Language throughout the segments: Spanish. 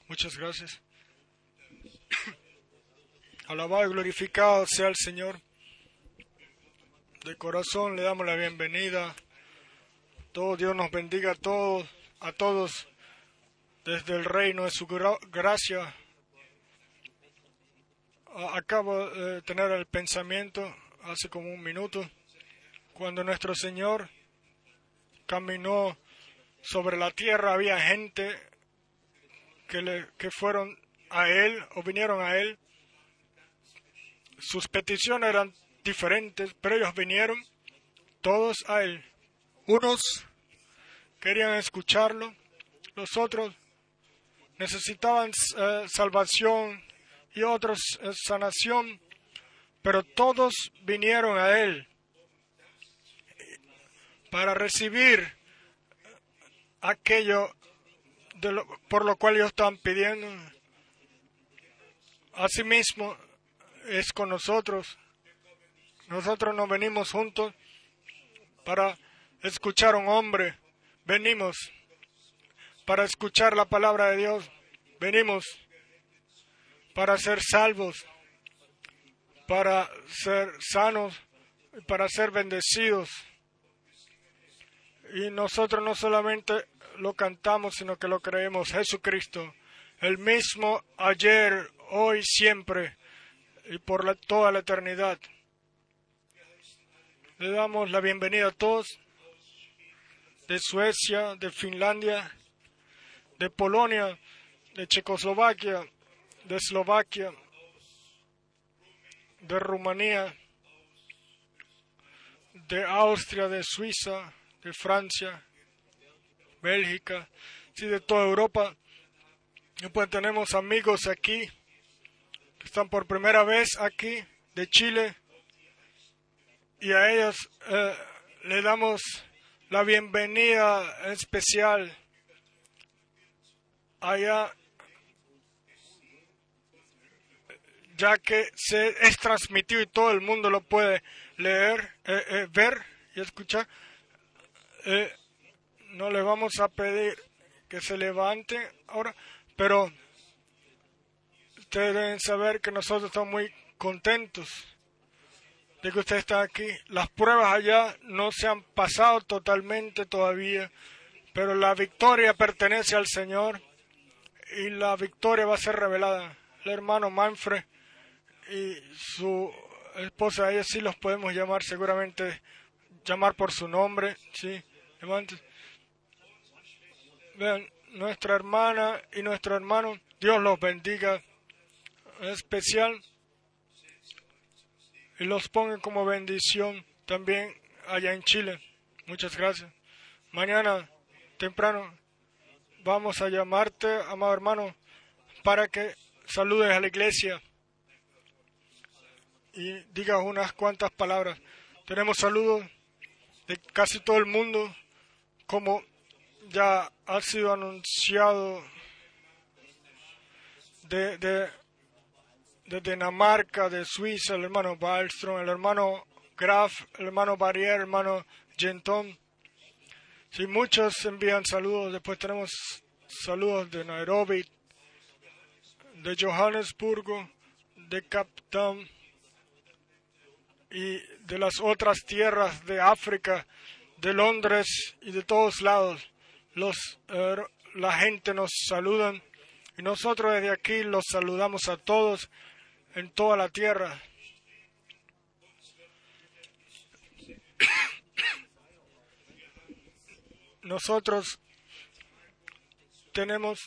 Muchas gracias. Alabado y glorificado sea el Señor. De corazón le damos la bienvenida. Todo Dios nos bendiga a todos desde el reino de su gracia. Acabo de tener el pensamiento hace como un minuto, cuando nuestro Señor caminó sobre la tierra, había gente que fueron a Él o vinieron a Él. Sus peticiones eran diferentes, pero ellos vinieron todos a Él. Unos querían escucharlo, los otros necesitaban salvación y otros sanación, pero todos vinieron a Él para recibir aquello por lo cual ellos estaban pidiendo. Asimismo es con nosotros. Nosotros no venimos juntos para escuchar a un hombre. Venimos para escuchar la palabra de Dios. Venimos para ser salvos, para ser sanos, para ser bendecidos. Y nosotros no solamente lo cantamos, sino que lo creemos. Jesucristo, el mismo ayer, hoy, siempre y por toda la eternidad. Le damos la bienvenida a todos de Suecia, de Finlandia, de Polonia, de Checoslovaquia, de Eslovaquia, de Rumanía, de Austria, de Suiza, de Francia, Bélgica, sí, de toda Europa. Y pues tenemos amigos aquí que están por primera vez aquí, de Chile, y a ellos le damos la bienvenida especial. Allá, ya que es transmitido y todo el mundo lo puede leer, ver y escuchar, no le vamos a pedir que se levante ahora, pero ustedes deben saber que nosotros estamos muy contentos de que usted está aquí. Las pruebas allá no se han pasado totalmente todavía, pero la victoria pertenece al Señor y la victoria va a ser revelada. El hermano Manfred y su esposa, ellos sí los podemos llamar, seguramente llamar por su nombre, sí. Vean, nuestra hermana y nuestro hermano, Dios los bendiga en especial y los ponga como bendición también allá en Chile. Muchas gracias. Mañana temprano vamos a llamarte, amado hermano, para que saludes a la iglesia y digas unas cuantas palabras. Tenemos saludos de casi todo el mundo, como ya ha sido anunciado de Dinamarca, de Suiza, el hermano Wallström, el hermano Graf, el hermano Barrier, el hermano Genton. Sí, muchos envían saludos. Después tenemos saludos de Nairobi, de Johannesburgo, de Cape Town y de las otras tierras de África, de Londres y de todos lados. La gente nos saluda y nosotros desde aquí los saludamos a todos en toda la tierra. Nosotros tenemos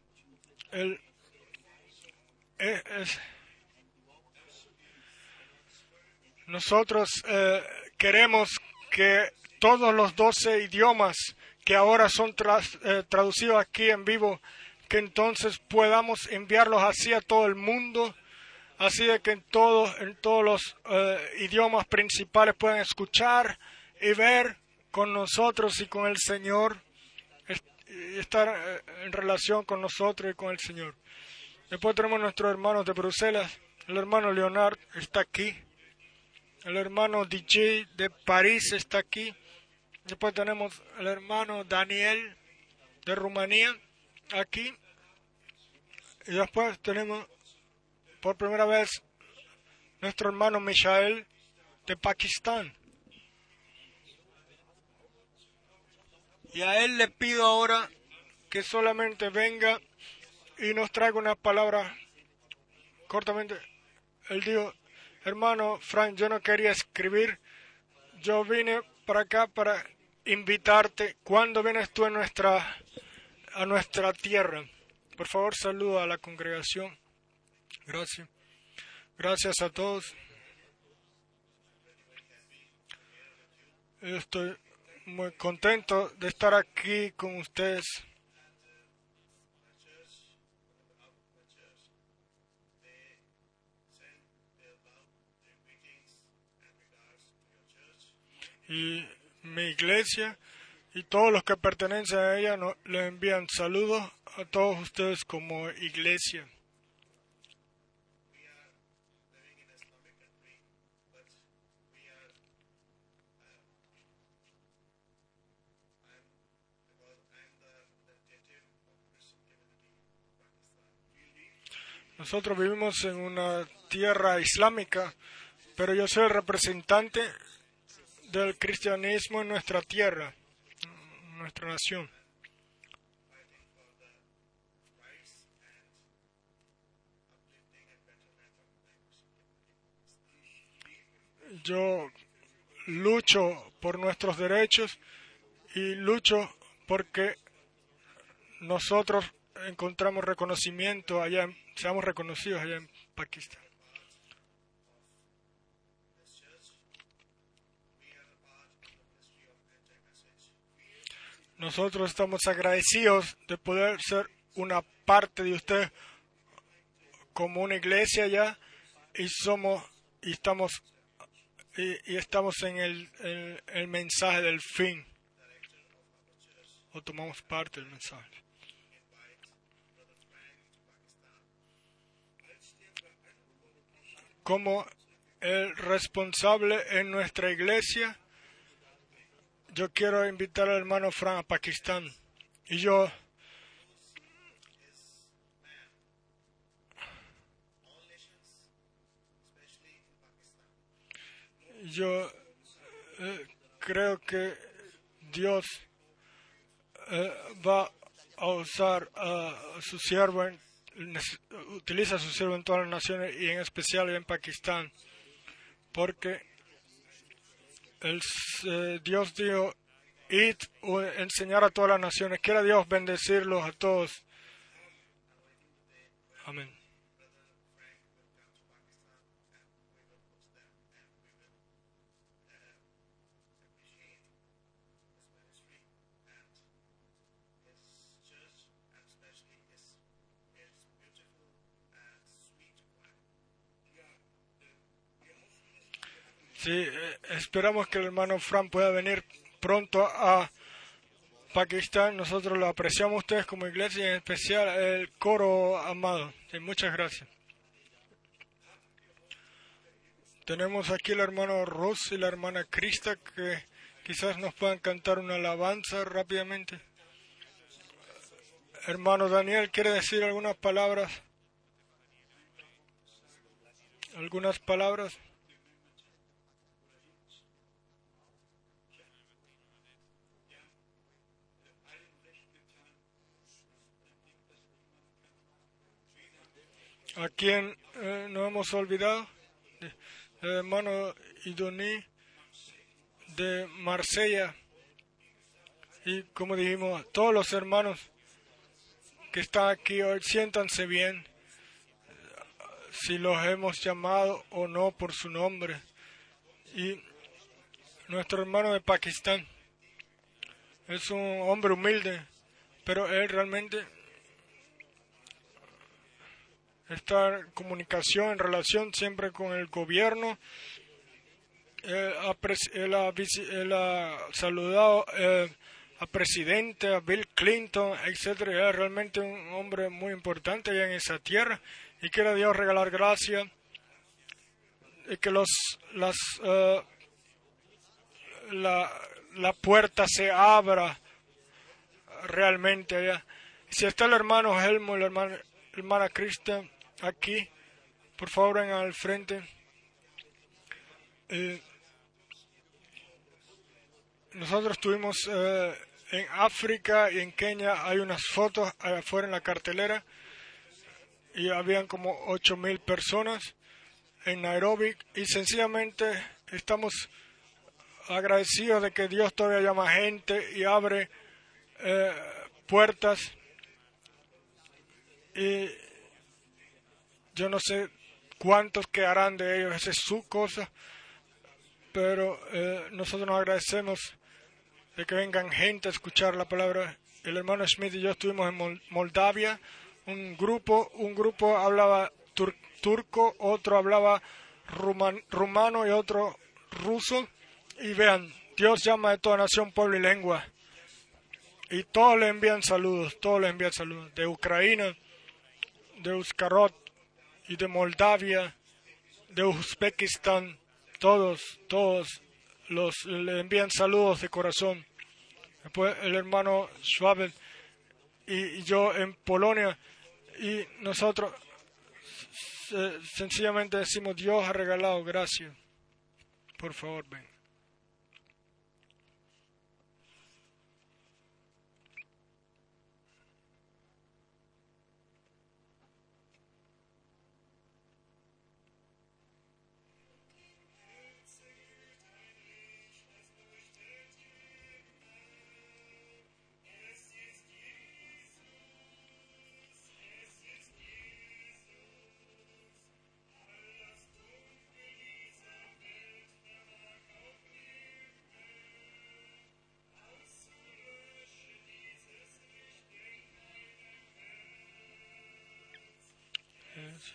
nosotros queremos que todos los 12 idiomas que ahora son traducidos aquí en vivo, que entonces podamos enviarlos así a todo el mundo, así de que en todos los idiomas principales puedan escuchar y ver con nosotros y con el Señor, y estar en relación con nosotros y con el Señor. Después tenemos nuestros hermanos de Bruselas. El hermano Leonard está aquí. El hermano DJ de París está aquí. Después tenemos el hermano Daniel de Rumanía aquí. Y después tenemos por primera vez nuestro hermano Mishael de Pakistán. Y a él le pido ahora que solamente venga y nos traiga una palabra cortamente. Él dijo, hermano Frank, yo no quería escribir, yo vine para acá para invitarte. ¿Cuándo vienes tú a nuestra tierra? Por favor, saluda a la congregación. Gracias. Gracias a todos. Estoy muy contento de estar aquí con ustedes. Y mi iglesia y todos los que pertenecen a ella le envían saludos a todos ustedes como iglesia. Nosotros vivimos en una tierra islámica, pero yo soy el representante del cristianismo en nuestra tierra, en nuestra nación. Yo lucho por nuestros derechos y lucho porque nosotros encontramos reconocimiento allá, seamos reconocidos allá en Pakistán. Nosotros estamos agradecidos de poder ser una parte de usted como una iglesia allá y estamos en el mensaje del fin, o tomamos parte del mensaje. Como el responsable en nuestra iglesia, yo quiero invitar al hermano Frank a Pakistán. Y yo creo que Dios va a usar a su siervo, utiliza a su siervo en todas las naciones y en especial en Pakistán, porque Dios dijo, id, enseñar a todas las naciones. Quiera Dios bendecirlos a todos. Amén. Sí, esperamos que el hermano Frank pueda venir pronto a Pakistán. Nosotros lo apreciamos a ustedes como iglesia y en especial el coro amado. Sí, muchas gracias. Tenemos aquí el hermano Ross y la hermana Krista que quizás nos puedan cantar una alabanza rápidamente. Hermano Daniel, ¿quiere decir algunas palabras? ¿Algunas palabras? ¿A quién no hemos olvidado? El hermano Idoní de Marsella. Y como dijimos, todos los hermanos que están aquí hoy, siéntanse bien, si los hemos llamado o no por su nombre. Y nuestro hermano de Pakistán es un hombre humilde, pero él realmente está en comunicación, en relación siempre con el gobierno. Él ha saludado a presidente, a Bill Clinton, etcétera. Es realmente un hombre muy importante allá en esa tierra. Y quiera Dios regalar gracia y que la puerta se abra realmente allá. Si está el hermano Helmo, hermana Krista aquí. Por favor, vengan al frente. Nosotros estuvimos en África y en Kenia. Hay unas fotos allá afuera en la cartelera. Y habían como 8,000 personas en Nairobi. Y sencillamente estamos agradecidos de que Dios todavía llama gente y abre puertas. Y yo no sé cuántos quedarán de ellos, esa es su cosa, pero nosotros nos agradecemos de que vengan gente a escuchar la palabra. El hermano Smith y yo estuvimos en Moldavia, un grupo hablaba turco, otro hablaba rumano y otro ruso, y vean, Dios llama de toda nación, pueblo y lengua, y todos le envían saludos, de Ucrania, de Uzcarot y de Moldavia, de Uzbekistán, todos le envían saludos de corazón. Después el hermano Schwabel y yo en Polonia, y nosotros sencillamente decimos: Dios ha regalado gracia. Por favor, ven. Es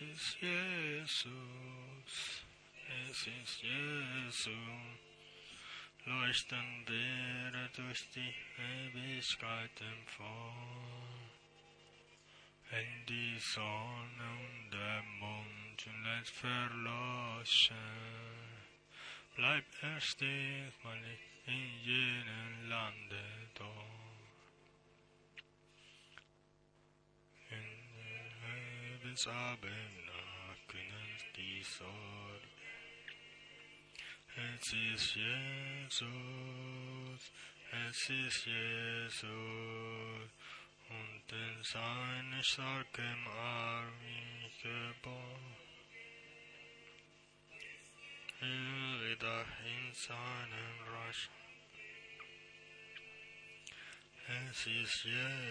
ist Jesus, leuchten wir durch die Ewigkeit empor. Wenn die Sonne und der Mond schon längst verloschen, bleibt er stets in jenem Lande dort. Ins Abend können die Sorge. Es ist Jesus, und in seinem starken Arm ich geboren. Wieder in seinem Reich. Es ist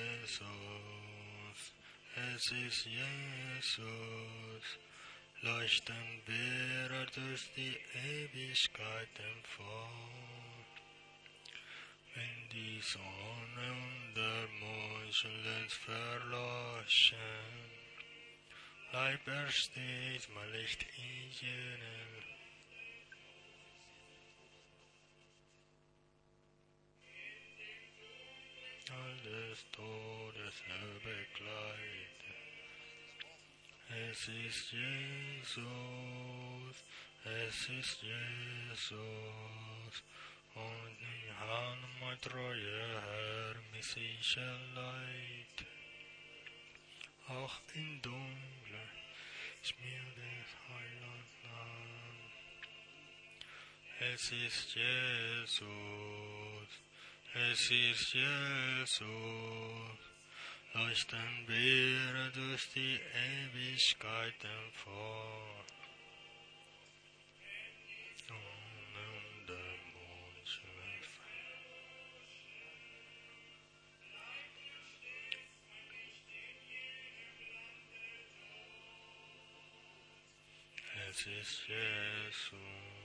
Jesus, leuchten wir durch die Ewigkeit empor. Wenn die Sonne und der Mond schon längst verloschen, bleibt er stets mein Licht in jenem. Alles Todes begleitet. Es ist Jesus, und ich habe mein treuer Herr mich sicher leitet. Auch im Dunkeln ist mir das Heiland nah. Es ist Jesus, leuchten wir durch die Ewigkeit empor. Und der Mond schläft. Es ist Jesus.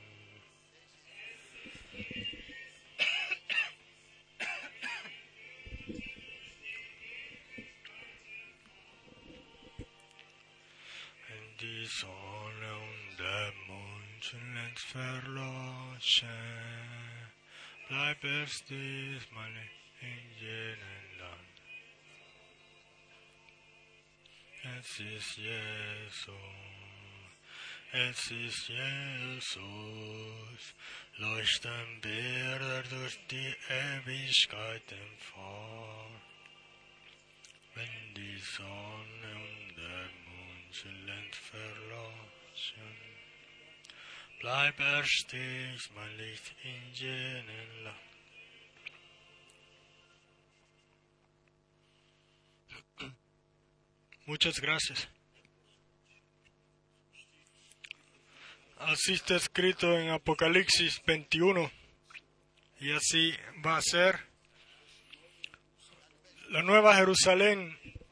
Die Sonne und der Mond schon längst verloschen, bleib erst diesmal in jenem Land. Es ist Jesus, leuchten wir durch die Ewigkeit empor. Wenn die Sonne und der Bleib erstets mein Licht in jenen Land. Muchas gracias. Así está escrito en Apocalipsis 21. Y así va a ser. La Nueva Jerusalén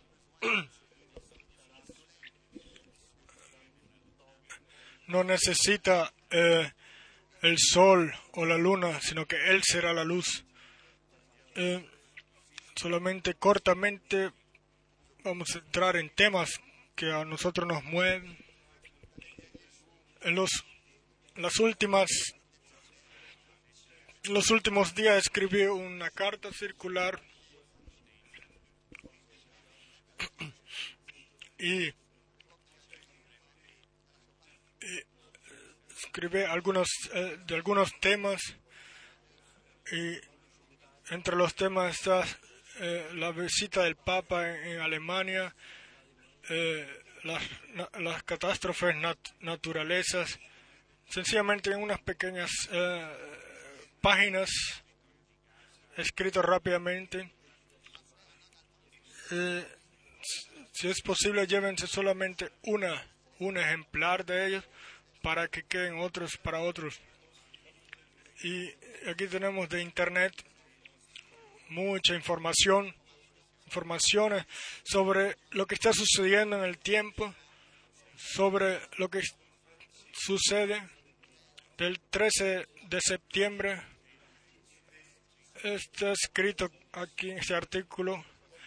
no necesita el sol o la luna, sino que Él será la luz. Solamente cortamente vamos a entrar en temas que a nosotros nos mueven. En los últimos días escribí una carta circular y escribí algunos temas, y entre los temas está la visita del Papa en Alemania, las catástrofes naturalezas, sencillamente en unas pequeñas páginas escritas rápidamente. Si es posible, llévense solamente un ejemplar de ellos para que queden otros para otros. Y aquí tenemos de internet mucha informaciones sobre lo que está sucediendo en el tiempo, sobre lo que sucede del 13 de septiembre. Está escrito aquí en este artículo,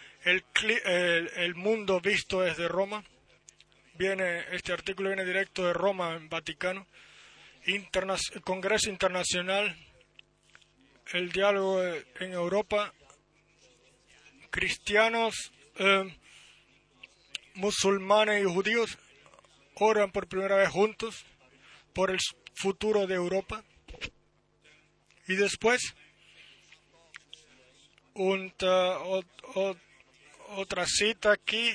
el mundo visto desde Roma. Este artículo viene directo de Roma, en Vaticano. Congreso Internacional, el diálogo en Europa, cristianos, musulmanes y judíos oran por primera vez juntos por el futuro de Europa. Y después otra cita aquí,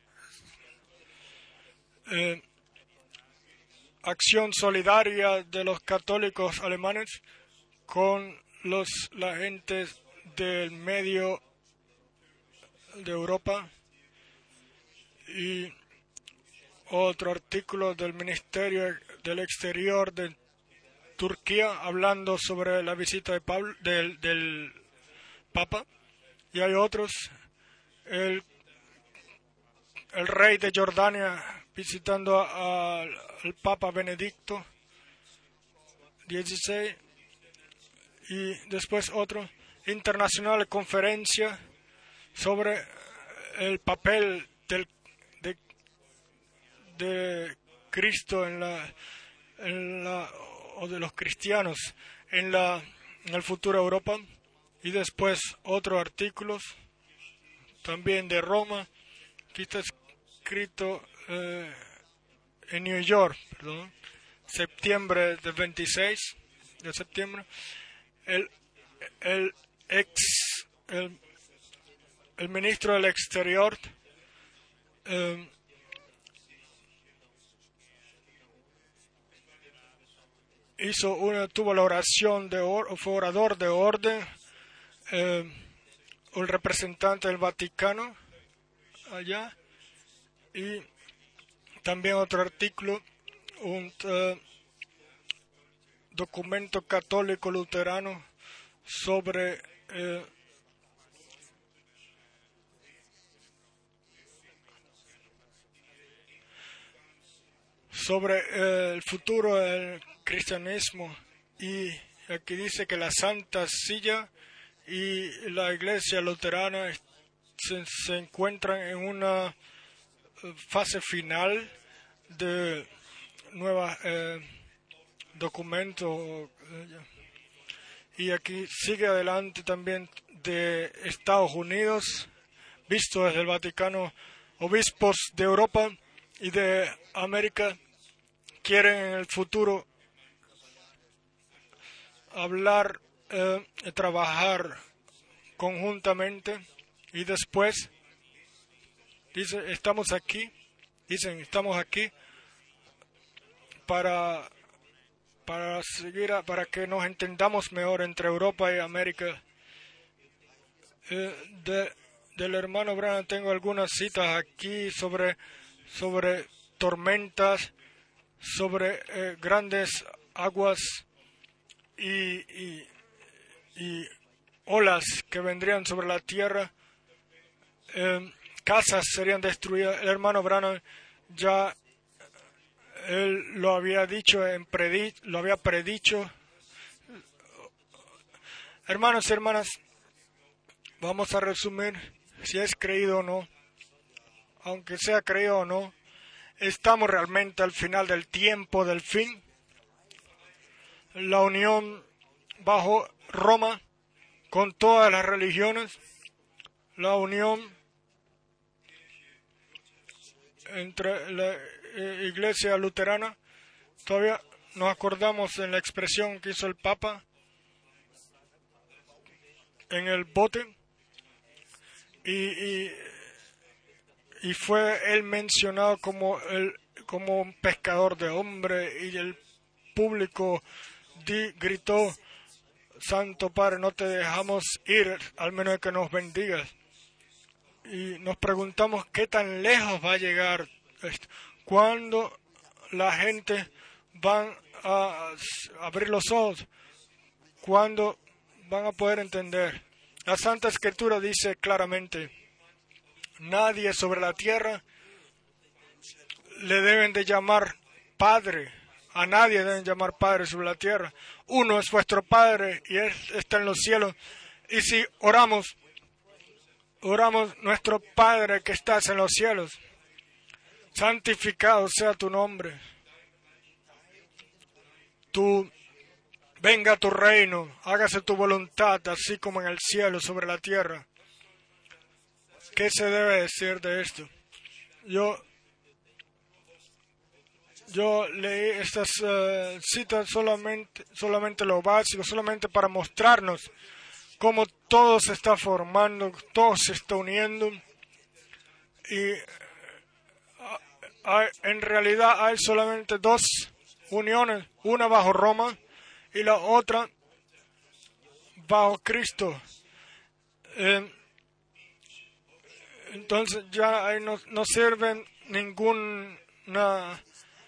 acción solidaria de los católicos alemanes con la gente del medio de Europa, y otro artículo del Ministerio del Exterior de Turquía hablando sobre la visita del Papa, y hay otros, el rey de Jordania visitando al Papa Benedicto XVI, y después otro internacional conferencia sobre el papel de Cristo o de los cristianos en el futuro Europa. Y después otros artículos también de Roma. Aquí está escrito en New York, septiembre del 26 de septiembre. El ministro del Exterior tuvo la oración fue orador de orden, el representante del Vaticano allá, y también otro artículo, un documento católico luterano sobre el futuro del cristianismo. Y aquí dice que la Santa Silla y la Iglesia luterana se encuentran en una fase final de nuevos documentos. Y aquí sigue adelante también de Estados Unidos, visto desde el Vaticano. Obispos de Europa y de América quieren en el futuro hablar, trabajar conjuntamente, y después estamos aquí para para que nos entendamos mejor entre Europa y América. Del hermano Branham tengo algunas citas aquí sobre tormentas, sobre grandes aguas y olas que vendrían sobre la tierra. Casas serían destruidas. El hermano Branham ya él lo había dicho, lo había predicho. Hermanos y hermanas, vamos a resumir, si es creído o no, aunque sea creído o no, estamos realmente al final del tiempo del fin. La unión bajo Roma con todas las religiones, la unión entre la iglesia luterana. Todavía nos acordamos en la expresión que hizo el Papa en el bote, y fue él mencionado como un pescador de hombres, y el público gritó: Santo Padre, no te dejamos ir, al menos que nos bendigas. Y nos preguntamos qué tan lejos va a llegar esto. ¿Cuándo la gente van a abrir los ojos? ¿Cuándo van a poder entender? La Santa Escritura dice claramente: nadie sobre la tierra le deben de llamar Padre. A nadie deben llamar Padre sobre la tierra. Uno es vuestro Padre y Él está en los cielos. Y si oramos, nuestro Padre que estás en los cielos, santificado sea tu nombre. Venga tu reino, hágase tu voluntad, así como en el cielo, sobre la tierra. ¿Qué se debe decir de esto? Yo leí estas citas solamente lo básico, solamente para mostrarnos cómo todo se está formando, todo se está uniendo. Y en realidad hay solamente dos uniones, una bajo Roma y la otra bajo Cristo. Entonces ya ahí no sirven ninguna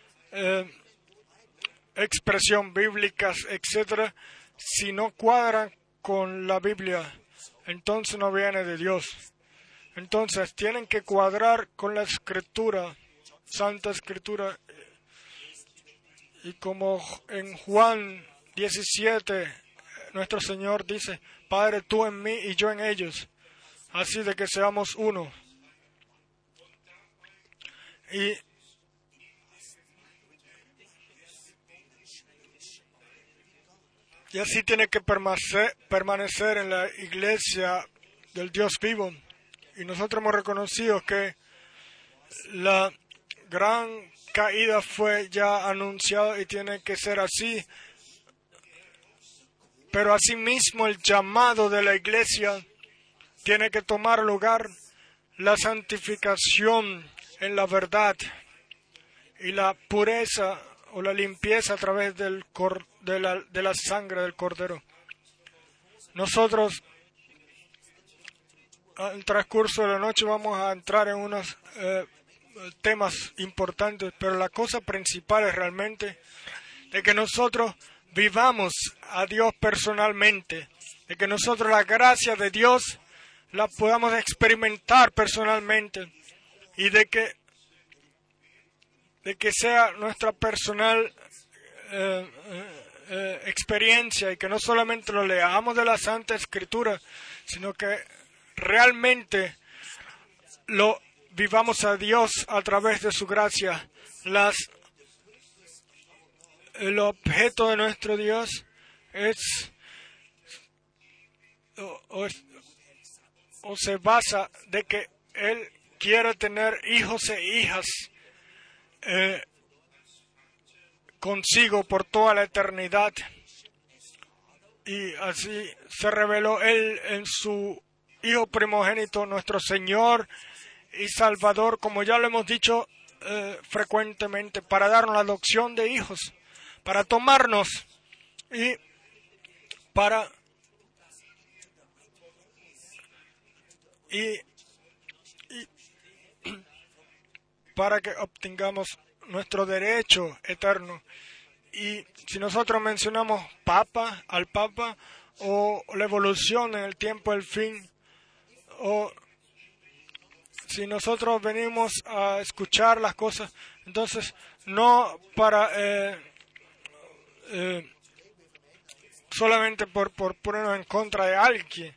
expresión bíblica, etcétera, si no cuadran con la Biblia, entonces no viene de Dios. Entonces tienen que cuadrar con la Escritura, Santa Escritura. Y como en Juan 17, nuestro Señor dice: Padre, tú en mí y yo en ellos, así de que seamos uno. Y así tiene que permanecer en la iglesia del Dios vivo. Y nosotros hemos reconocido que la gran caída fue ya anunciada y tiene que ser así. Pero asimismo el llamado de la iglesia tiene que tomar lugar, la santificación en la verdad y la pureza o la limpieza a través de la sangre del Cordero. Nosotros, al transcurso de la noche, vamos a entrar en unos temas importantes, pero la cosa principal es realmente de que nosotros vivamos a Dios personalmente, de que nosotros la gracia de Dios la podamos experimentar personalmente, y de que sea nuestra personal experiencia, y que no solamente lo leamos de la Santa Escritura, sino que realmente lo vivamos a Dios a través de su gracia. El objeto de nuestro Dios se basa de que Él quiere tener hijos e hijas consigo por toda la eternidad. Y así se reveló Él en su Hijo primogénito, nuestro Señor y Salvador, como ya lo hemos dicho frecuentemente, para darnos la adopción de hijos, para tomarnos y para para que obtengamos nuestro derecho eterno. Y si nosotros mencionamos al Papa, o la evolución en el tiempo del fin, o si nosotros venimos a escuchar las cosas, entonces no para solamente por ponernos en contra de alguien.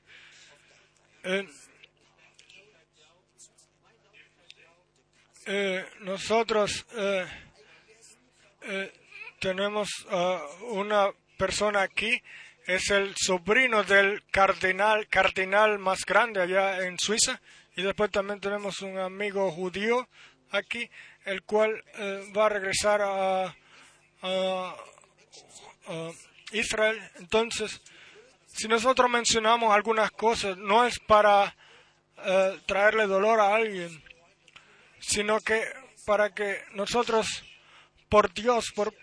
Nosotros tenemos una persona aquí, es el sobrino del cardenal más grande allá en Suiza, y después también tenemos un amigo judío aquí, el cual va a regresar a Israel. Entonces, si nosotros mencionamos algunas cosas, no es para traerle dolor a alguien, sino que para que nosotros, por Dios, por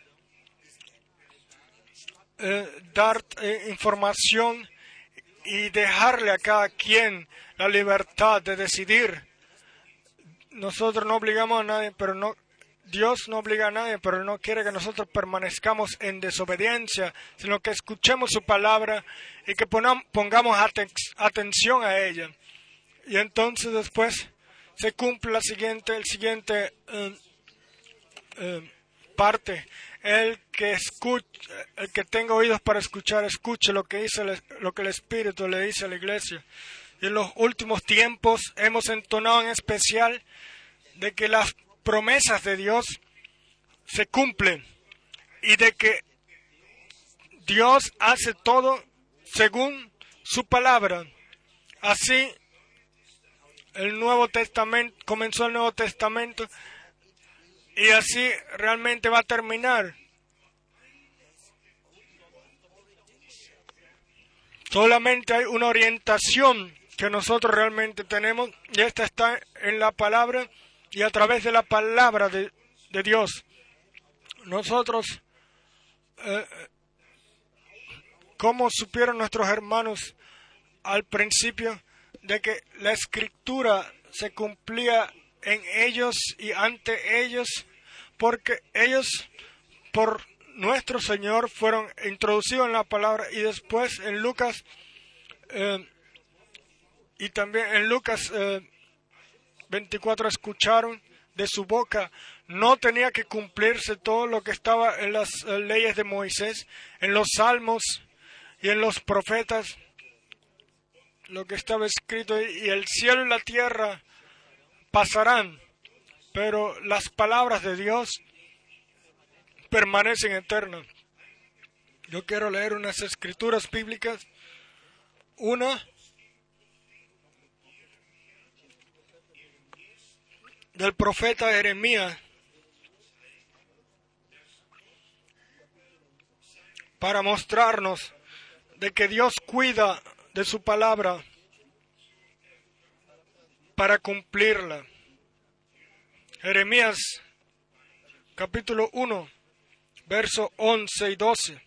dar información y dejarle a cada quien la libertad de decidir. Nosotros no obligamos a nadie, Dios no obliga a nadie, pero no quiere que nosotros permanezcamos en desobediencia, sino que escuchemos su palabra y que pongamos atención a ella. Y entonces después se cumple el siguiente parte. El que tenga oídos para escuchar, escuche lo que el Espíritu le dice a la iglesia. Y en los últimos tiempos hemos entonado en especial de que las promesas de Dios se cumplen y de que Dios hace todo según su palabra. Así comenzó el Nuevo Testamento y así realmente va a terminar. Solamente hay una orientación que nosotros realmente tenemos, y esta está en la palabra y a través de la palabra de Dios. Nosotros, ¿cómo supieron nuestros hermanos al principio de que la Escritura se cumplía en ellos y ante ellos? Porque ellos, por nuestro Señor, fueron introducidos en la palabra, y después en Lucas, y también en Lucas 24 escucharon de su boca. No tenía que cumplirse todo lo que estaba en las leyes de Moisés, en los salmos y en los profetas, lo que estaba escrito, y el cielo y la tierra pasarán, pero las palabras de Dios permanecen eternas. Yo quiero leer unas escrituras bíblicas. Una del profeta Jeremías, para mostrarnos de que Dios cuida de su palabra para cumplirla. Jeremías capítulo 1, versos 11 y 12.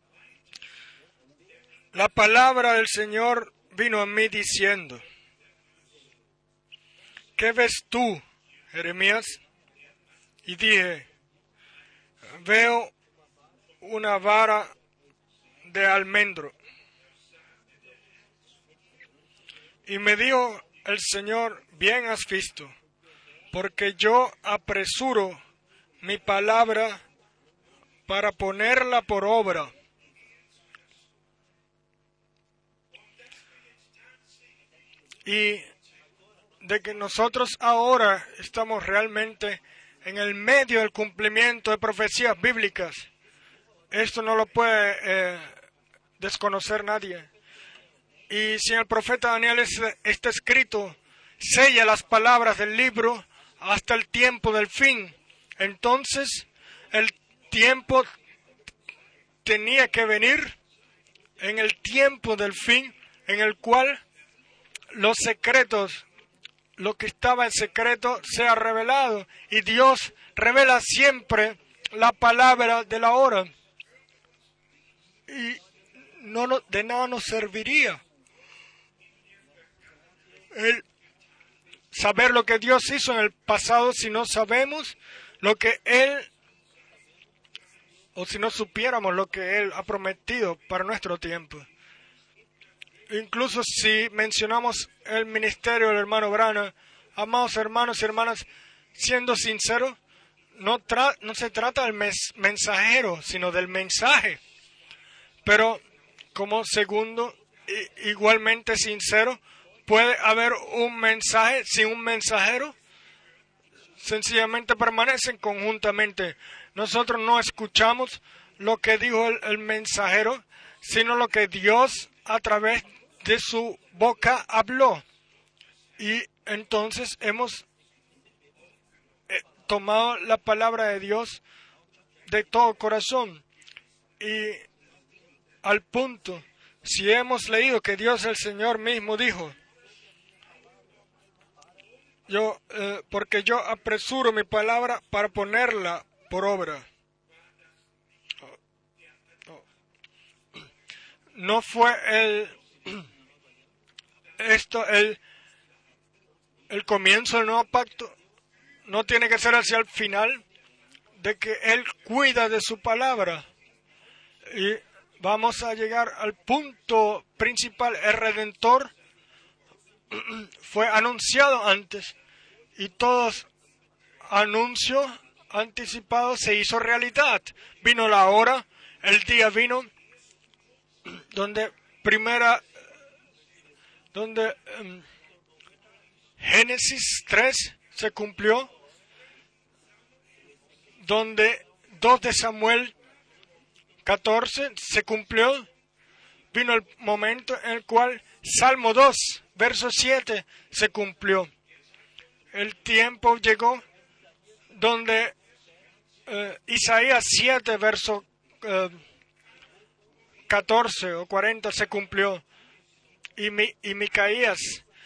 La palabra del Señor vino a mí diciendo: ¿qué ves tú, Jeremías? Y dije: veo una vara de almendro. Y me dijo el Señor: bien has visto, porque yo apresuro mi palabra para ponerla por obra. Y de que nosotros ahora estamos realmente en el medio del cumplimiento de profecías bíblicas. Esto no lo puede desconocer nadie. Y si en el profeta Daniel está escrito: sella las palabras del libro hasta el tiempo del fin. Entonces, el tiempo tenía que venir en el tiempo del fin, en el cual los secretos, lo que estaba en secreto, sea revelado. Y Dios revela siempre la palabra de la hora. y de nada nos serviría el saber lo que Dios hizo en el pasado si no sabemos lo que Él, o si no supiéramos lo que Él ha prometido para nuestro tiempo. Incluso si mencionamos el ministerio del hermano Branham, amados hermanos y hermanas, siendo sinceros, no se trata del mensajero, sino del mensaje. Pero como segundo, igualmente sincero, ¿puede haber un mensaje sin un mensajero? Sencillamente permanecen conjuntamente. Nosotros no escuchamos lo que dijo el mensajero, sino lo que Dios a través de su boca habló. Y entonces hemos tomado la palabra de Dios de todo corazón. Y al punto, si hemos leído que Dios el Señor mismo dijo, porque yo apresuro mi palabra para ponerla por obra. No fue el comienzo del nuevo pacto, no tiene que ser hacia el final, de que Él cuida de su palabra. Y vamos a llegar al punto principal. El Redentor fue anunciado antes y todos anuncios anticipados se hizo realidad. Vino la hora, el día vino donde Génesis 3 se cumplió, donde 2 de Samuel 14 se cumplió. Vino el momento en el cual Salmo 2, verso 7 se cumplió. El tiempo llegó donde Isaías 7, verso 14 o 40 se cumplió. Y Micaías,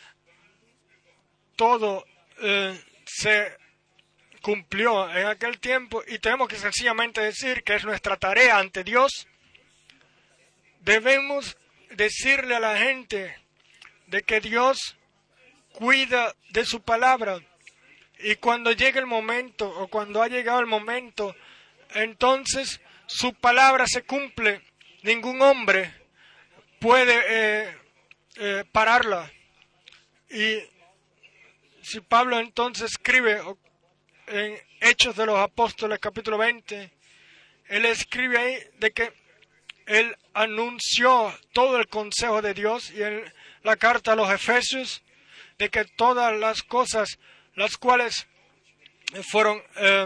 todo se cumplió en aquel tiempo. Y tenemos que sencillamente decir que es nuestra tarea ante Dios. Debemos decirle a la gente de que Dios cuida de su palabra. Y cuando llegue el momento, o cuando ha llegado el momento, entonces su palabra se cumple. Ningún hombre puede pararla. Y si Pablo entonces escribe en Hechos de los Apóstoles, capítulo 20, él escribe ahí de que él anunció todo el consejo de Dios, y en la carta a los Efesios, de que todas las cosas las cuales fueron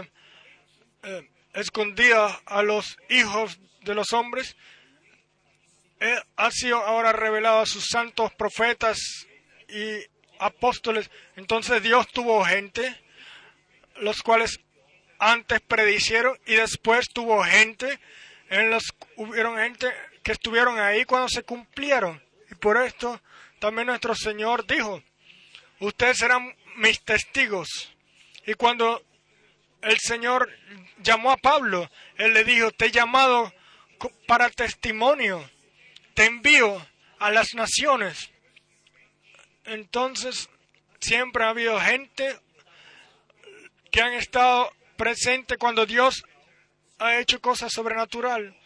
escondidas a los hijos de los hombres, ha sido ahora revelado a sus santos profetas y apóstoles. Entonces Dios tuvo gente, los cuales antes predicieron, y después tuvo gente, hubieron gente que estuvieron ahí cuando se cumplieron. Y por esto también nuestro Señor dijo, ustedes serán mis testigos. Y cuando el Señor llamó a Pablo, Él le dijo, te he llamado para testimonio, te envío a las naciones. Entonces, siempre ha habido gente que han estado presentes cuando Dios ha hecho cosas sobrenaturales.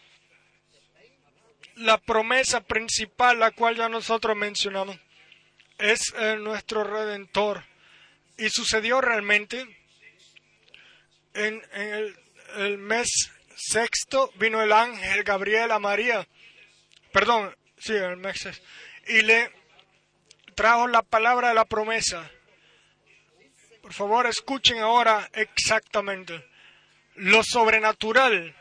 La promesa principal, la cual ya nosotros mencionamos, es nuestro Redentor. Y sucedió realmente en el mes sexto, vino el ángel Gabriel a María, el mes sexto, y le trajo la palabra de la promesa. Por favor, escuchen ahora exactamente. Lo sobrenatural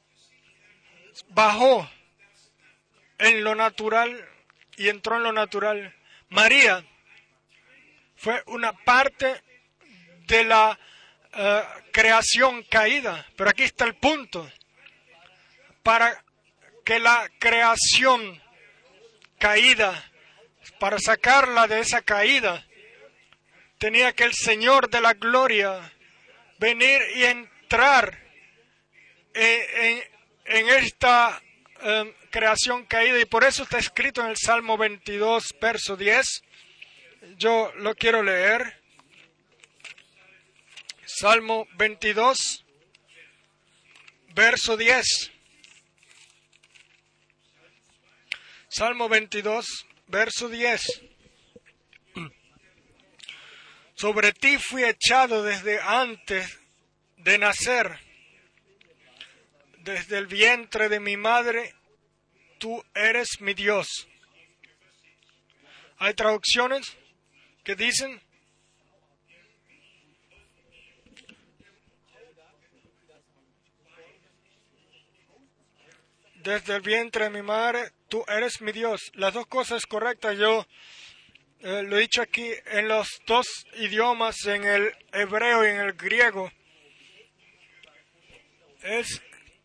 bajó en lo natural y entró en lo natural. María fue una parte de la creación caída, pero aquí está el punto. Para que la creación caída, para sacarla de esa caída, tenía que el Señor de la gloria venir y entrar en esta creación caída, y por eso está escrito en el Salmo 22, verso 10. Yo lo quiero leer. Salmo 22, verso 10. Salmo 22, verso 10. Sobre ti fui echado desde antes de nacer. Desde el vientre de mi madre, tú eres mi Dios. Hay traducciones que dicen: desde el vientre de mi madre, tú eres mi Dios. Las dos cosas correctas. Yo lo he dicho aquí en los dos idiomas, en el hebreo y en el griego. Es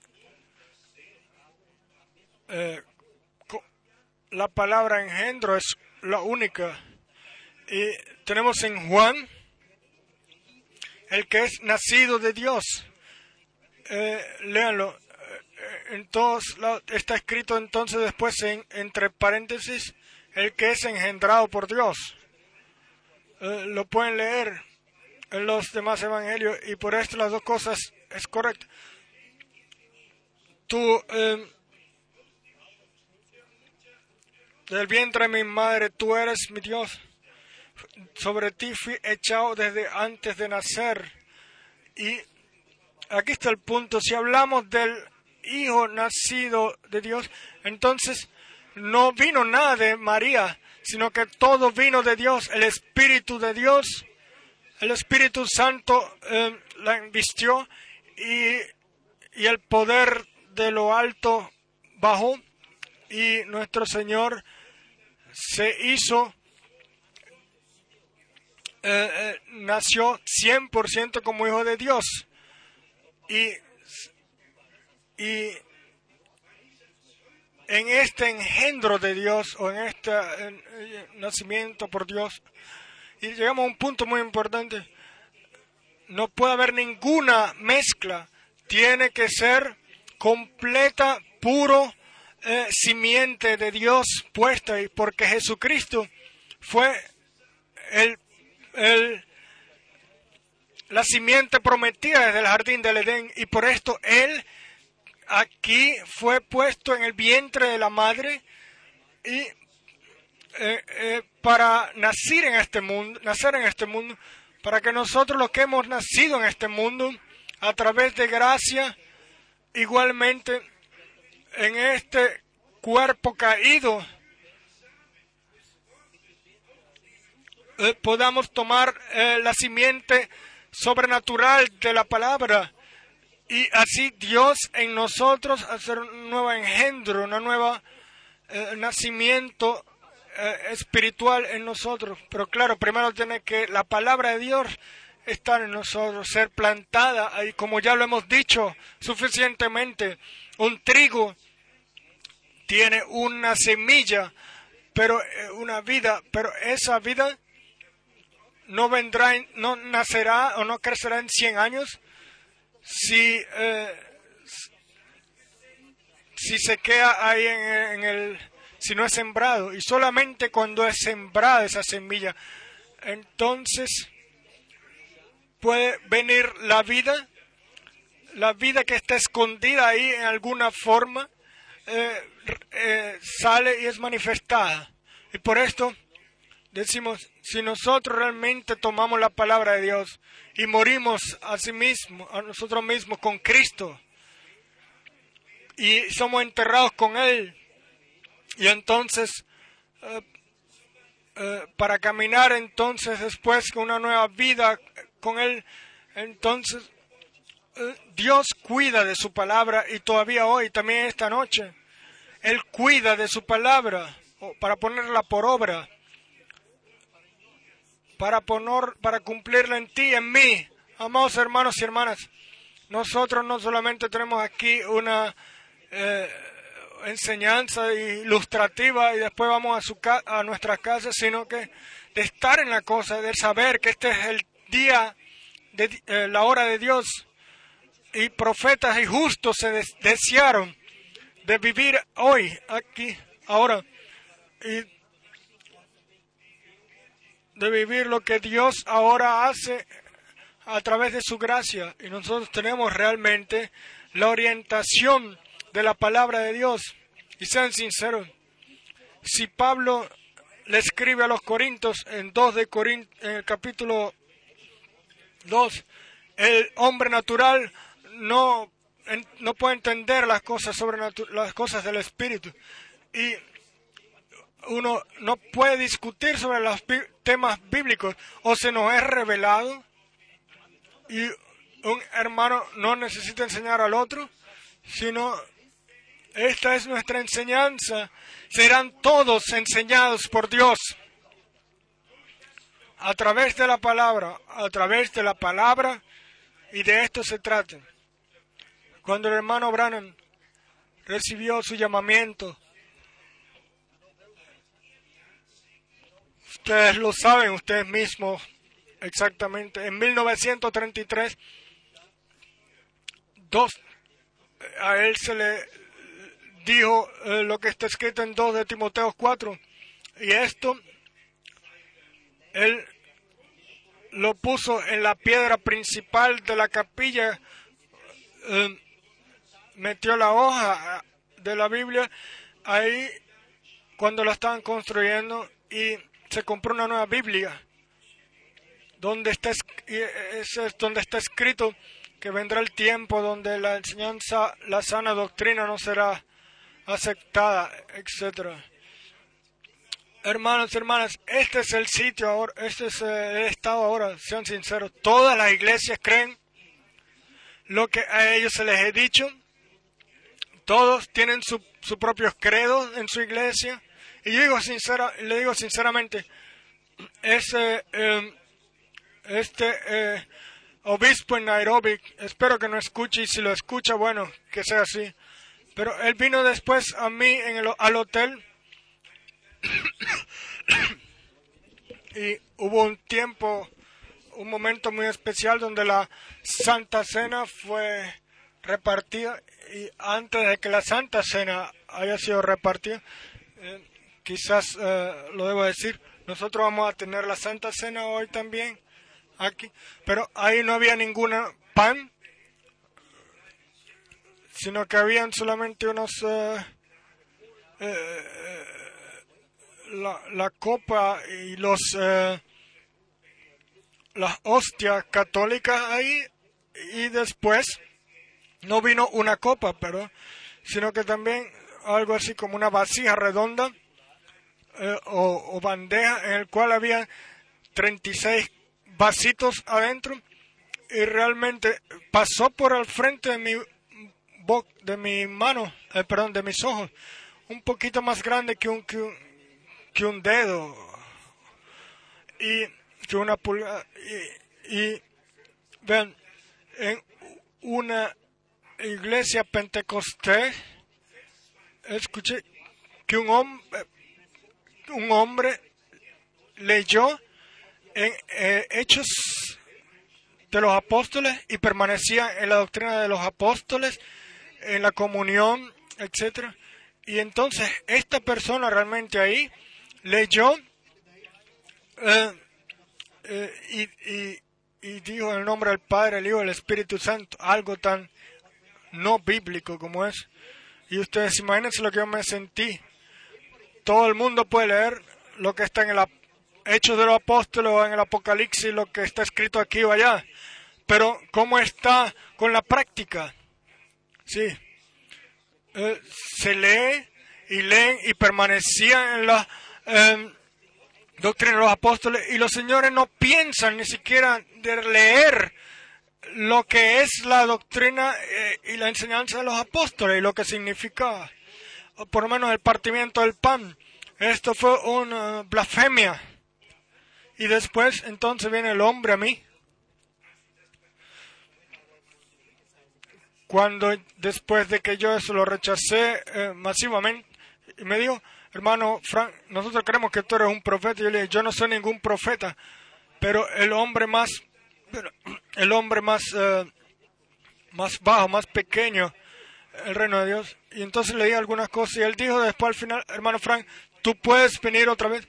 la palabra engendro es la única. Y tenemos en Juan el que es nacido de Dios. Léanlo. Entonces, está escrito entonces después entre paréntesis, el que es engendrado por Dios. Lo pueden leer en los demás evangelios, y por esto las dos cosas es correcto. Tú, del vientre de mi madre, tú eres mi Dios. Sobre ti fui echado desde antes de nacer. Y aquí está el punto. Si hablamos del Hijo nacido de Dios, entonces no vino nada de María, sino que todo vino de Dios. El Espíritu de Dios, el Espíritu Santo la invistió, y el poder de lo alto bajó, y nuestro Señor se hizo, nació 100% como Hijo de Dios. Y en este engendro de Dios, o en este nacimiento por Dios, y llegamos a un punto muy importante: no puede haber ninguna mezcla, tiene que ser completa, puro, simiente de Dios puesta, y porque Jesucristo fue la simiente prometida desde el jardín del Edén, y por esto Él aquí fue puesto en el vientre de la madre, y para nacer en este mundo, para que nosotros, los que hemos nacido en este mundo a través de gracia, igualmente en este cuerpo caído, podamos tomar la simiente sobrenatural de la palabra, y así Dios en nosotros hacer un nuevo engendro, un nuevo nacimiento espiritual en nosotros. Pero claro, primero tiene que la palabra de Dios estar en nosotros, ser plantada, y como ya lo hemos dicho suficientemente, un trigo tiene una semilla, pero una vida, pero esa vida no nacerá o no crecerá en 100 años si se queda ahí si no es sembrado. Y solamente cuando es sembrada esa semilla, entonces puede venir la vida que está escondida ahí en alguna forma, sale y es manifestada. Y por esto decimos, si nosotros realmente tomamos la palabra de Dios y morimos a nosotros mismos con Cristo, y somos enterrados con Él, y entonces para caminar entonces después con una nueva vida con Él, entonces Dios cuida de su palabra, y todavía hoy, también esta noche, Él cuida de su palabra para ponerla por obra, para cumplirla en ti y en mí. Amados hermanos y hermanas, nosotros no solamente tenemos aquí una enseñanza ilustrativa y después vamos a nuestras casas, sino que de estar en la cosa, de saber que este es el día, la hora de Dios, y profetas y justos se desearon de vivir hoy, aquí, ahora, y de vivir lo que Dios ahora hace a través de su gracia. Y nosotros tenemos realmente la orientación de la palabra de Dios. Y sean sinceros, si Pablo le escribe a los Corintios en en el capítulo 2, el hombre natural no puede entender las cosas las cosas del Espíritu. Y uno no puede discutir sobre los temas bíblicos, o se nos es revelado, y un hermano no necesita enseñar al otro, sino esta es nuestra enseñanza. Serán todos enseñados por Dios a través de la palabra, y de esto se trata. Cuando el hermano Branham recibió su llamamiento, ustedes lo saben, ustedes mismos, exactamente, en 1933, a él se le dijo lo que está escrito en 2 de Timoteo 4, y esto, él lo puso en la piedra principal de la capilla, metió la hoja de la Biblia ahí cuando la estaban construyendo, y se compró una nueva Biblia donde está escrito que vendrá el tiempo donde la enseñanza, la sana doctrina no será aceptada, etc. Hermanos y hermanas, este es el sitio ahora, este es el estado ahora, sean sinceros. Todas las iglesias creen lo que a ellos se les he dicho. Todos tienen su propio credo en su iglesia. Y yo le digo sinceramente, obispo en Nairobi, espero que no escuche, y si lo escucha, bueno, que sea así. Pero él vino después a mí al hotel y hubo un momento muy especial donde la Santa Cena fue repartida, y antes de que la Santa Cena haya sido repartida, quizás lo debo decir, nosotros vamos a tener la Santa Cena hoy también aquí, pero ahí no había ninguna pan, sino que habían solamente la copa y las hostias católicas ahí, y después no vino una copa, sino que también algo así como una vasija redonda o bandeja en el cual había 36 vasitos adentro, y realmente pasó por el frente de mi mano, de mis ojos, un poquito más grande que un dedo y que una pulgada, y vean, en una iglesia pentecostés escuché que un hombre leyó en Hechos de los Apóstoles y permanecía en la doctrina de los apóstoles, en la comunión, etc. Y entonces esta persona realmente ahí leyó y dijo en el nombre del Padre, el Hijo y el Espíritu Santo, algo tan no bíblico como es. Y ustedes imagínense lo que yo me sentí. Todo el mundo puede leer lo que está en el Hechos de los Apóstoles o en el Apocalipsis, lo que está escrito aquí o allá. Pero ¿cómo está con la práctica? Sí. Se leen y permanecían en la doctrina de los apóstoles, y los señores no piensan ni siquiera de leer lo que es la doctrina y la enseñanza de los apóstoles y lo que significaba, o por lo menos el partimiento del pan. Esto fue una blasfemia. Y después entonces viene el hombre a mí, cuando después de que yo eso lo rechacé masivamente, y me dijo, hermano Frank, nosotros creemos que tú eres un profeta. Y yo le dije, yo no soy ningún profeta, pero el hombre más bajo, más pequeño, el reino de Dios. Y entonces leí algunas cosas y él dijo después al final, hermano Frank, tú puedes venir otra vez,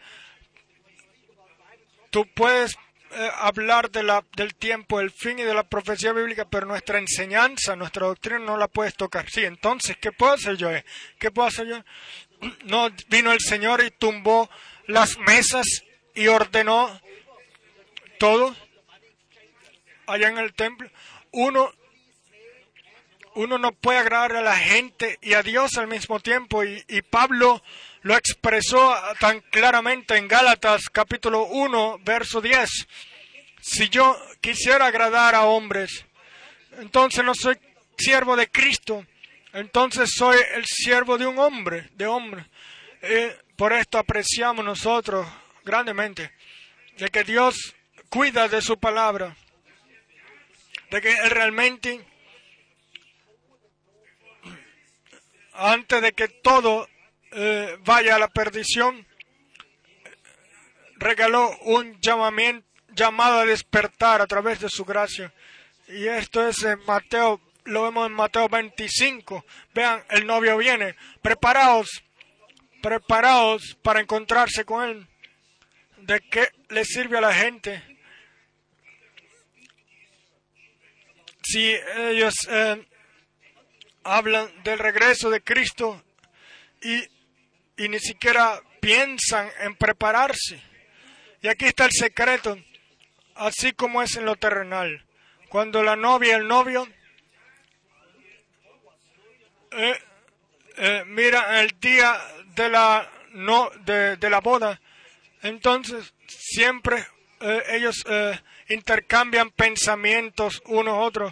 tú puedes hablar del tiempo, el fin y de la profecía bíblica, pero nuestra enseñanza, nuestra doctrina no la puedes tocar. Sí, entonces, ¿qué puedo hacer yo? ¿Qué puedo hacer yo? No vino el Señor y tumbó las mesas y ordenó todo allá en el templo. Uno no puede agradar a la gente y a Dios al mismo tiempo, y Pablo lo expresó tan claramente en Gálatas capítulo 1, verso 10. Si yo quisiera agradar a hombres, entonces no soy siervo de Cristo, entonces soy el siervo de un hombre, por esto apreciamos nosotros grandemente de que Dios cuida de su palabra, de que Él realmente, antes de que todo vaya a la perdición, regaló un llamado a despertar a través de su gracia. Y esto es en Mateo, lo vemos en Mateo 25. Vean, el novio viene. Preparaos para encontrarse con Él. ¿De qué le sirve a la gente si ellos hablan del regreso de Cristo y ni siquiera piensan en prepararse? Y aquí está el secreto, así como es en lo terrenal. Cuando la novia y el novio miran el día de la boda, entonces siempre ellos intercambian pensamientos unos a otros.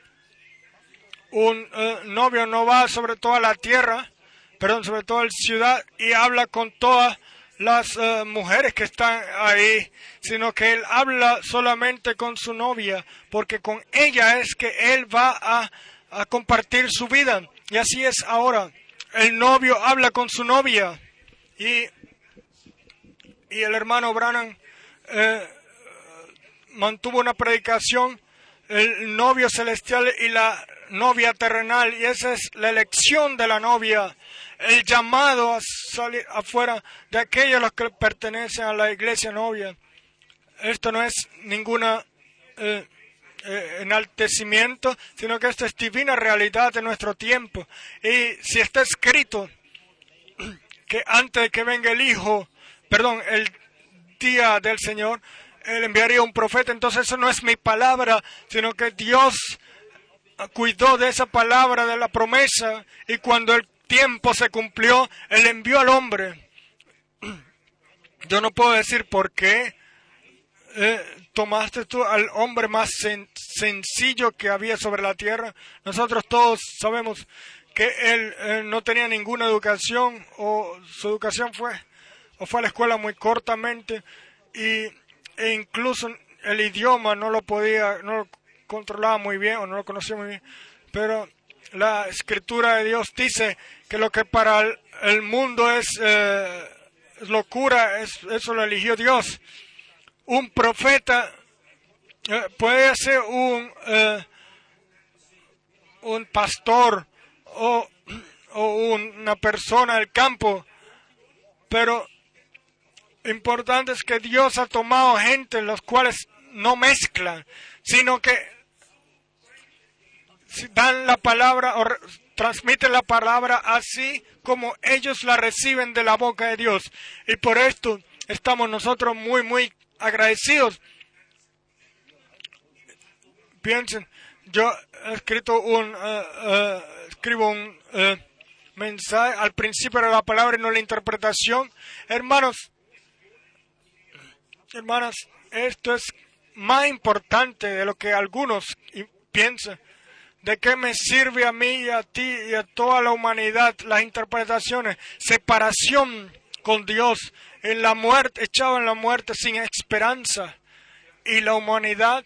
Un novio no va sobre toda la tierra, sobre toda la ciudad, y habla con todas las mujeres que están ahí, sino que él habla solamente con su novia, porque con ella es que él va a compartir su vida. Y así es ahora. El novio habla con su novia, y el hermano Branham mantuvo una predicación, el novio celestial y la novia terrenal, y esa es la elección de la novia, el llamado a salir afuera de aquellos a los que pertenecen a la iglesia novia. Esto no es ninguna enaltecimiento, sino que esto es divina realidad de nuestro tiempo. Y si está escrito que antes de que venga el día del Señor, Él enviaría un profeta, entonces eso no es mi palabra, sino que Dios cuidó de esa palabra, de la promesa, y cuando el tiempo se cumplió, Él envió al hombre. Yo no puedo decir por qué tomaste tú al hombre más sencillo que había sobre la tierra. Nosotros todos sabemos que él no tenía ninguna educación, o su educación fue a la escuela muy cortamente, e incluso el idioma no lo controlaba muy bien, o no lo conocía muy bien. Pero la Escritura de Dios dice que lo que para el mundo es locura, eso lo eligió Dios. Un profeta puede ser un pastor o una persona del campo, pero importante es que Dios ha tomado gente los cuales no mezclan, sino que dan la palabra o transmiten la palabra así como ellos la reciben de la boca de Dios. Y por esto estamos nosotros muy, muy agradecidos. Piensen, yo escribo un mensaje, al principio era la palabra y no la interpretación. Hermanas, esto es más importante de lo que algunos piensan. ¿De qué me sirve a mí y a ti y a toda la humanidad las interpretaciones? Separación con Dios, en la muerte, echado en la muerte sin esperanza. Y la humanidad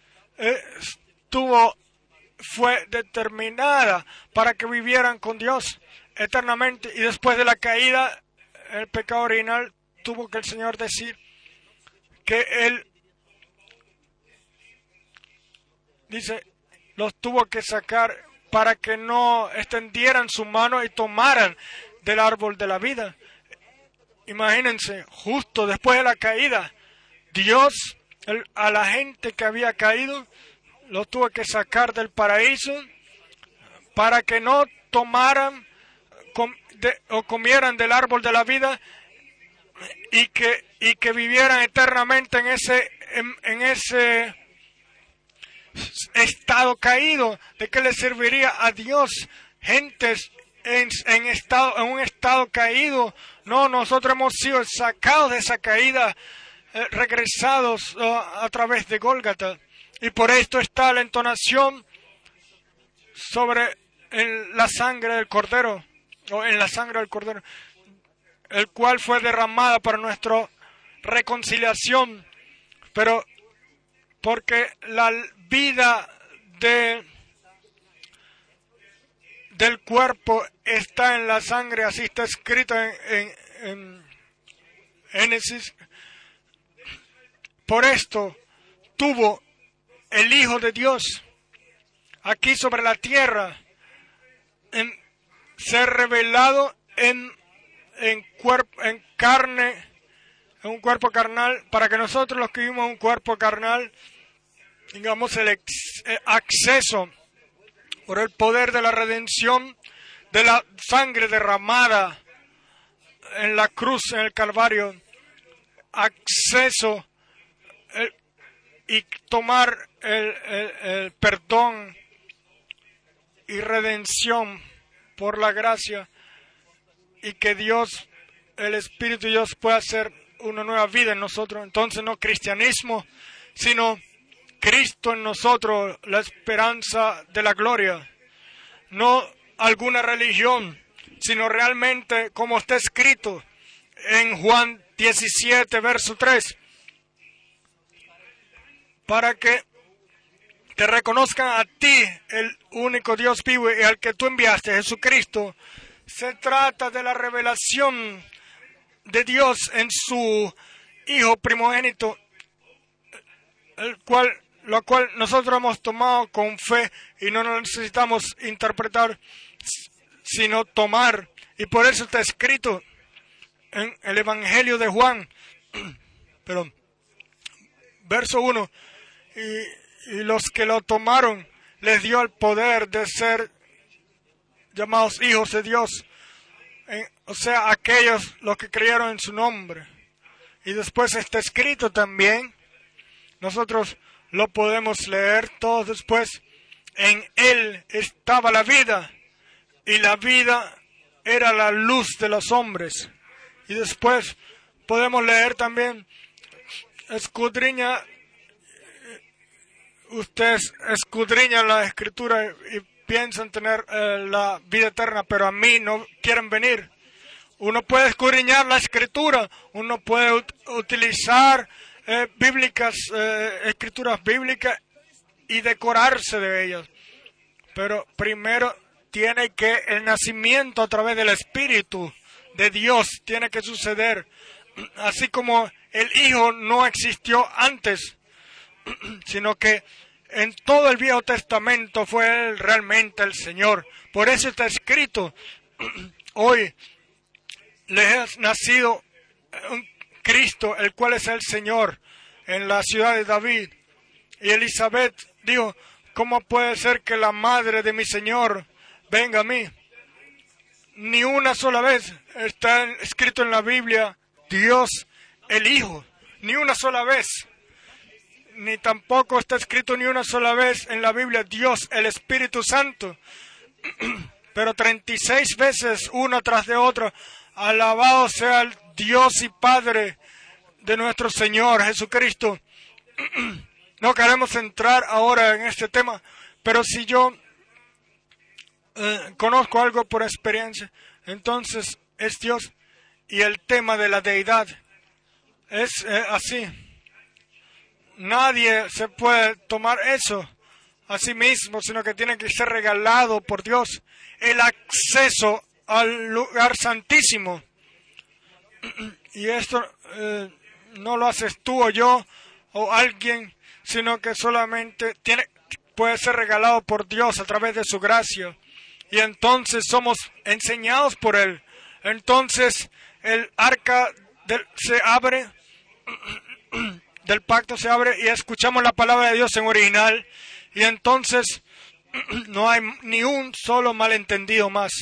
fue determinada para que vivieran con Dios eternamente. Y después de la caída, el pecado original, tuvo que el Señor decir que Él, dice, los tuvo que sacar para que no extendieran su mano y tomaran del árbol de la vida. Imagínense, justo después de la caída, Dios a la gente que había caído lo tuvo que sacar del paraíso para que no tomaran o comieran del árbol de la vida y que vivieran eternamente en ese estado caído. ¿De qué le serviría a Dios gentes en un estado caído? No, nosotros hemos sido sacados de esa caída, regresados a través de Gólgata. Y por esto está la entonación sobre la sangre del Cordero, o en la sangre del Cordero, el cual fue derramada para nuestra reconciliación, pero porque la vida del cuerpo está en la sangre, así está escrito en Génesis. Por esto tuvo el Hijo de Dios aquí sobre la tierra ser revelado en carne, en un cuerpo carnal, para que nosotros los que vivimos en un cuerpo carnal tengamos el acceso por el poder de la redención de la sangre derramada en la cruz, en el Calvario, acceso y tomar el perdón y redención por la gracia, y que Dios, el Espíritu de Dios, pueda hacer una nueva vida en nosotros. Entonces no cristianismo, sino Cristo en nosotros, la esperanza de la gloria. No alguna religión, sino realmente como está escrito en Juan 17, verso 3. Para que te reconozcan a ti, el único Dios vivo y al que tú enviaste, Jesucristo. Se trata de la revelación de Dios en su Hijo primogénito, lo cual nosotros hemos tomado con fe y no necesitamos interpretar, sino tomar. Y por eso está escrito en el Evangelio de Juan, verso 1, y los que lo tomaron les dio el poder de ser llamados hijos de Dios, o sea, aquellos los que creyeron en su nombre. Y después está escrito también, nosotros lo podemos leer todos después, en Él estaba la vida, y la vida era la luz de los hombres. Y después podemos leer también, ustedes escudriñan la Escritura y piensan tener la vida eterna, pero a mí no quieren venir. Uno puede escudriñar la Escritura, uno puede utilizar escrituras bíblicas y decorarse de ellas, pero primero tiene que el nacimiento a través del Espíritu de Dios tiene que suceder, así como el Hijo no existió antes, sino que en todo el Viejo Testamento fue Él realmente el Señor. Por eso está escrito, hoy les ha nacido un Cristo, el cual es el Señor, en la ciudad de David. Y Elizabeth dijo, ¿cómo puede ser que la madre de mi Señor venga a mí? Ni una sola vez está escrito en la Biblia Dios el Hijo, ni una sola vez. Ni tampoco está escrito ni una sola vez en la Biblia Dios el Espíritu Santo. Pero 36 veces, uno tras de otro, alabado sea el Dios y Padre de nuestro Señor Jesucristo. No queremos entrar ahora en este tema, pero si yo conozco algo por experiencia, entonces es Dios. Y el tema de la deidad es así. Nadie se puede tomar eso a sí mismo, sino que tiene que ser regalado por Dios. El acceso al lugar santísimo. Y esto no lo haces tú o yo o alguien, sino que solamente puede ser regalado por Dios a través de su gracia. Y entonces somos enseñados por Él. Entonces el arca se abre, del pacto se abre y escuchamos la palabra de Dios en original. Y entonces no hay ni un solo malentendido más.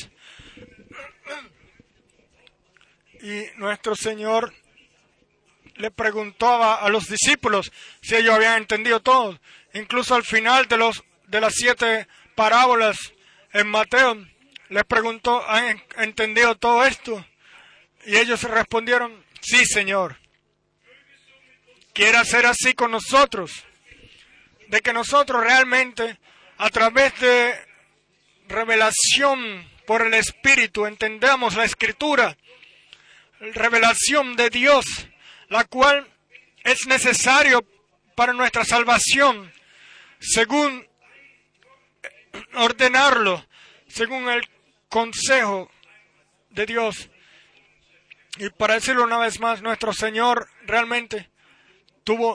Y nuestro Señor le preguntó a los discípulos si ellos habían entendido todo. Incluso al final de las 7 parábolas en Mateo, les preguntó, ¿han entendido todo esto? Y ellos respondieron, sí, Señor. Quiere hacer así con nosotros, de que nosotros realmente, a través de revelación por el Espíritu, entendamos la Escritura, revelación de Dios, la cual es necesario para nuestra salvación, según ordenarlo, según el consejo de Dios. Y para decirlo una vez más, nuestro Señor realmente tuvo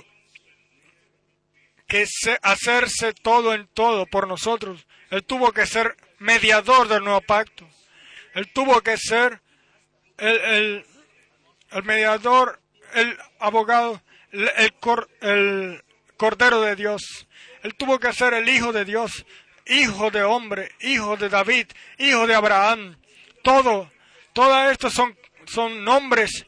que hacerse todo en todo por nosotros. Él tuvo que ser mediador del nuevo pacto. Él tuvo que ser el mediador, el abogado, el Cordero de Dios. Él tuvo que ser el Hijo de Dios, Hijo de hombre, Hijo de David, Hijo de Abraham. Todo esto son nombres,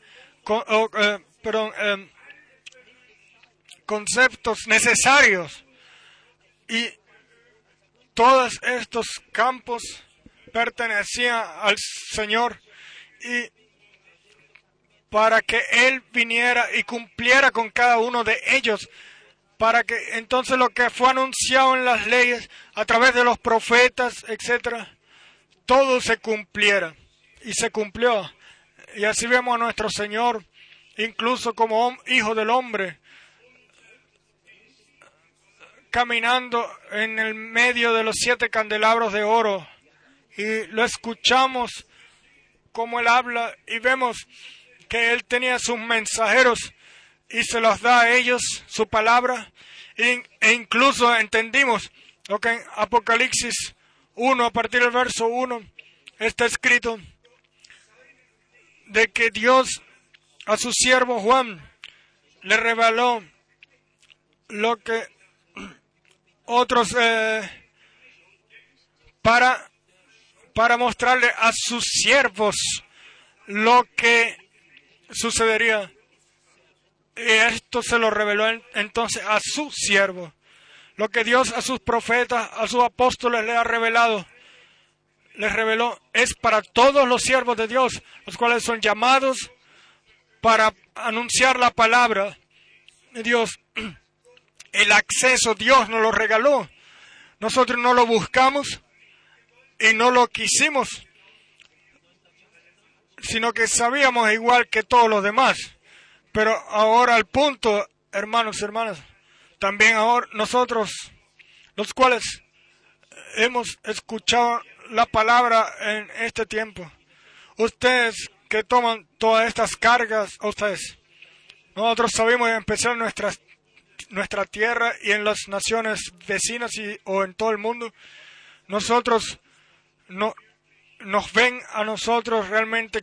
conceptos necesarios. Y todos estos campos pertenecían al Señor, y para que Él viniera y cumpliera con cada uno de ellos, para que entonces lo que fue anunciado en las leyes, a través de los profetas, etcétera, todo se cumpliera. Y se cumplió. Y así vemos a nuestro Señor, incluso como Hijo del Hombre, caminando en el medio de los 7 candelabros de oro. Y lo escuchamos como Él habla, y vemos que Él tenía sus mensajeros y se los da a ellos su palabra, e incluso entendimos lo que en Apocalipsis 1, a partir del verso 1, está escrito de que Dios a su siervo Juan le reveló lo que otros para mostrarle a sus siervos lo que sucedería. Y esto se lo reveló entonces a su siervo. Lo que Dios a sus profetas, a sus apóstoles les ha revelado, les reveló, es para todos los siervos de Dios, los cuales son llamados para anunciar la palabra de Dios. El acceso Dios nos lo regaló. Nosotros no lo buscamos y no lo quisimos, sino que sabíamos igual que todos los demás. Pero ahora al punto, hermanos y hermanas, también ahora nosotros, los cuales hemos escuchado la palabra en este tiempo, ustedes que toman todas estas cargas, nosotros sabemos, en especial nuestra tierra y en las naciones vecinas o en todo el mundo, nosotros nos ven a nosotros realmente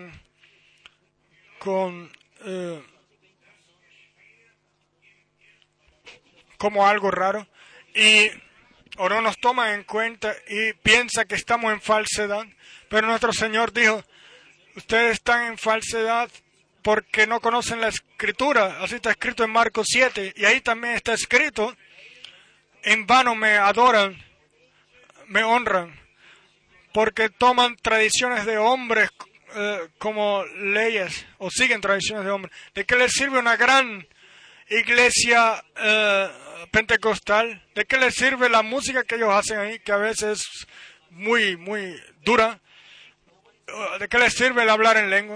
como algo raro, o no nos toman en cuenta y piensa que estamos en falsedad. Pero nuestro Señor dijo, ustedes están en falsedad porque no conocen la Escritura. Así está escrito en Marcos 7, y ahí también está escrito, en vano me adoran, me honran, porque toman tradiciones de hombres como leyes, o siguen tradiciones de hombres. ¿De qué les sirve una gran iglesia pentecostal? ¿De qué les sirve la música que ellos hacen ahí, que a veces es muy, muy dura? ¿De qué les sirve el hablar en lengua?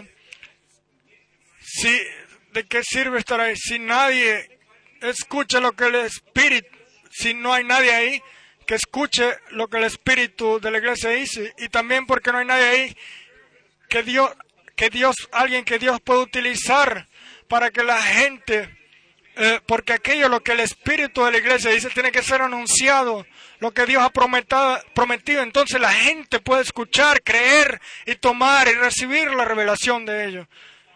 ¿De qué sirve estar ahí si nadie escucha lo que el Espíritu, si no hay nadie ahí que escuche lo que el Espíritu de la iglesia dice? Y también porque no hay nadie ahí alguien que Dios puede utilizar para que la gente porque aquello lo que el Espíritu de la Iglesia dice tiene que ser anunciado, lo que Dios ha prometido. Entonces la gente puede escuchar, creer y tomar y recibir la revelación de ello.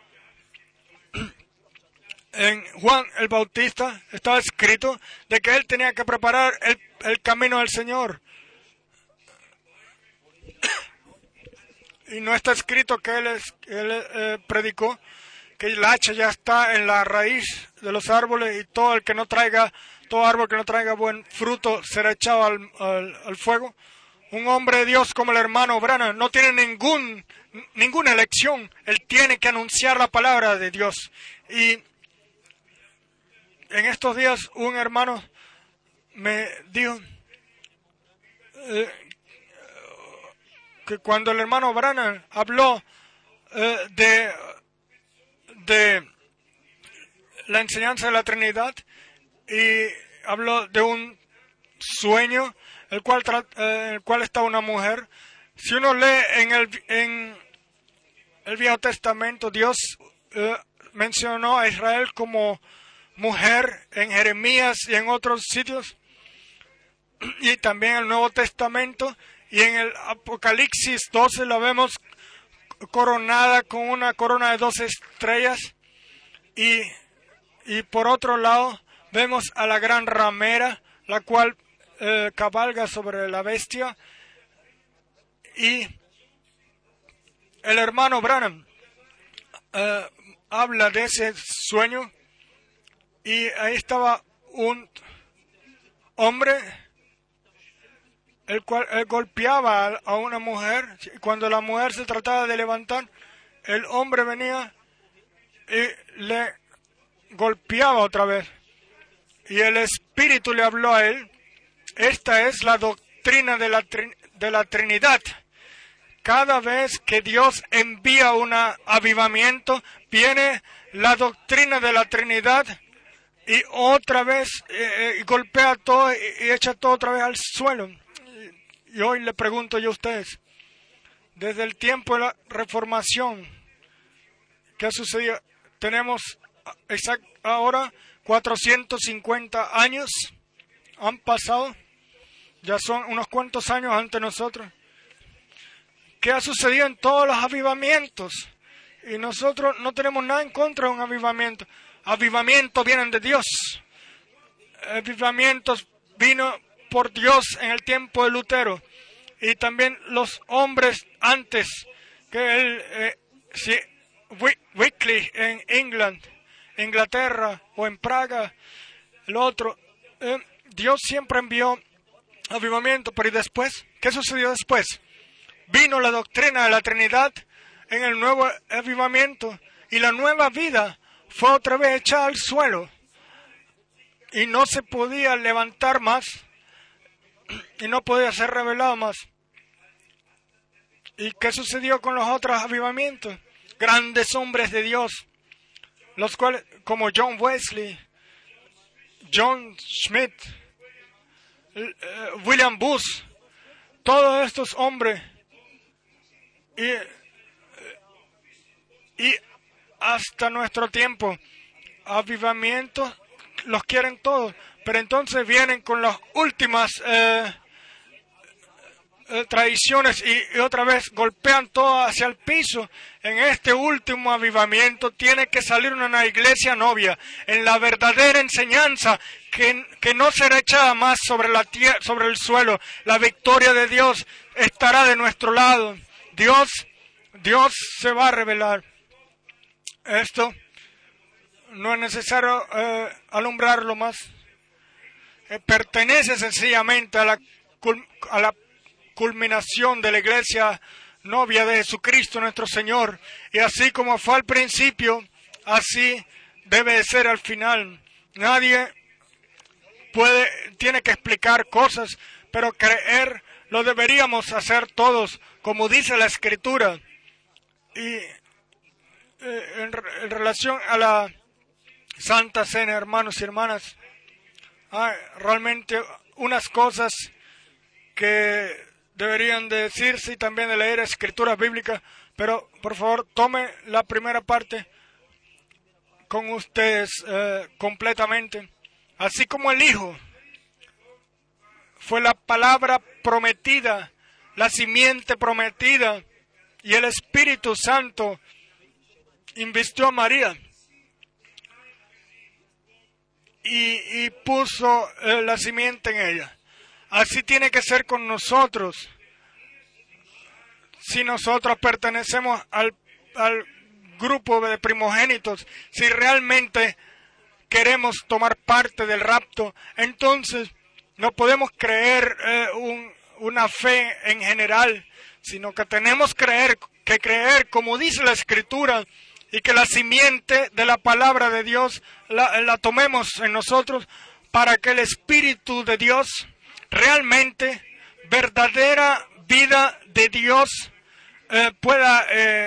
En Juan el Bautista estaba escrito de que él tenía que preparar el camino del Señor. Y no está escrito que él predicó que el hacha ya está en la raíz de los árboles y todo árbol que no traiga buen fruto será echado al fuego. Un hombre de Dios como el hermano Branham no tiene ninguna elección. Él tiene que anunciar la palabra de Dios. Y en estos días un hermano me dijo que cuando el hermano Branham habló de la enseñanza de la Trinidad y habló de un sueño en el cual está una mujer. Si uno lee en el Viejo Testamento, Dios mencionó a Israel como mujer en Jeremías y en otros sitios, y también en el Nuevo Testamento, y en el Apocalipsis 12 la vemos coronada con una corona de 12 estrellas, y por otro lado vemos a la gran ramera, la cual cabalga sobre la bestia. Y el hermano Branham habla de ese sueño, y ahí estaba un hombre el cual golpeaba a una mujer. Cuando la mujer se trataba de levantar, el hombre venía y le golpeaba otra vez. Y el Espíritu le habló a él. Esta es la doctrina de la Trinidad. Cada vez que Dios envía un avivamiento, viene la doctrina de la Trinidad y otra vez y golpea todo y echa todo otra vez al suelo. Y hoy le pregunto yo a ustedes, desde el tiempo de la Reformación, ¿qué ha sucedido? Tenemos ahora 450 años, han pasado, ya son unos cuantos años ante nosotros. ¿Qué ha sucedido en todos los avivamientos? Y nosotros no tenemos nada en contra de un avivamiento. Avivamientos vienen de Dios. Avivamientos vino por Dios en el tiempo de Lutero. Y también los hombres antes, que Wycliffe en Inglaterra o en Praga, el otro. Dios siempre envió avivamiento, pero ¿y después? ¿Qué sucedió después? Vino la doctrina de la Trinidad en el nuevo avivamiento y la nueva vida fue otra vez echada al suelo y no se podía levantar más y no podía ser revelado más. ¿Y qué sucedió con los otros avivamientos? Grandes hombres de Dios, los cuales, como John Wesley, John Smith, William Booth, todos estos hombres, y hasta nuestro tiempo, avivamientos los quieren todos, pero entonces vienen con las últimas tradiciones y otra vez golpean todo hacia el piso. En este último avivamiento tiene que salir una iglesia novia en la verdadera enseñanza que no será echada más sobre la tierra, sobre el suelo. La victoria de Dios estará de nuestro lado. Dios se va a revelar. Esto no es necesario alumbrarlo más. Pertenece sencillamente a la culminación de la iglesia novia de Jesucristo nuestro Señor. Y así como fue al principio, así debe de ser al final. Nadie tiene que explicar cosas, pero creer lo deberíamos hacer todos, como dice la Escritura. Y en relación a la Santa Cena, hermanos y hermanas, hay realmente unas cosas que deberían de decirse y también de leer escrituras bíblicas, pero por favor tome la primera parte, con ustedes completamente. Así como el Hijo fue la palabra prometida, la simiente prometida, y el Espíritu Santo invistió a María y puso la simiente en ella. Así tiene que ser con nosotros. Si nosotros pertenecemos al grupo de primogénitos, si realmente queremos tomar parte del rapto, entonces no podemos creer una fe en general, sino que tenemos que creer como dice la Escritura, y que la simiente de la palabra de Dios la tomemos en nosotros, para que el Espíritu de Dios, realmente verdadera vida de Dios, pueda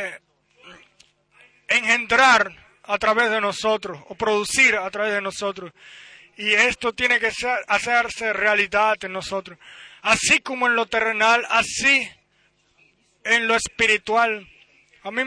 engendrar a través de nosotros, o producir a través de nosotros. Y esto tiene que hacerse realidad en nosotros, así como en lo terrenal, así en lo espiritual. A mí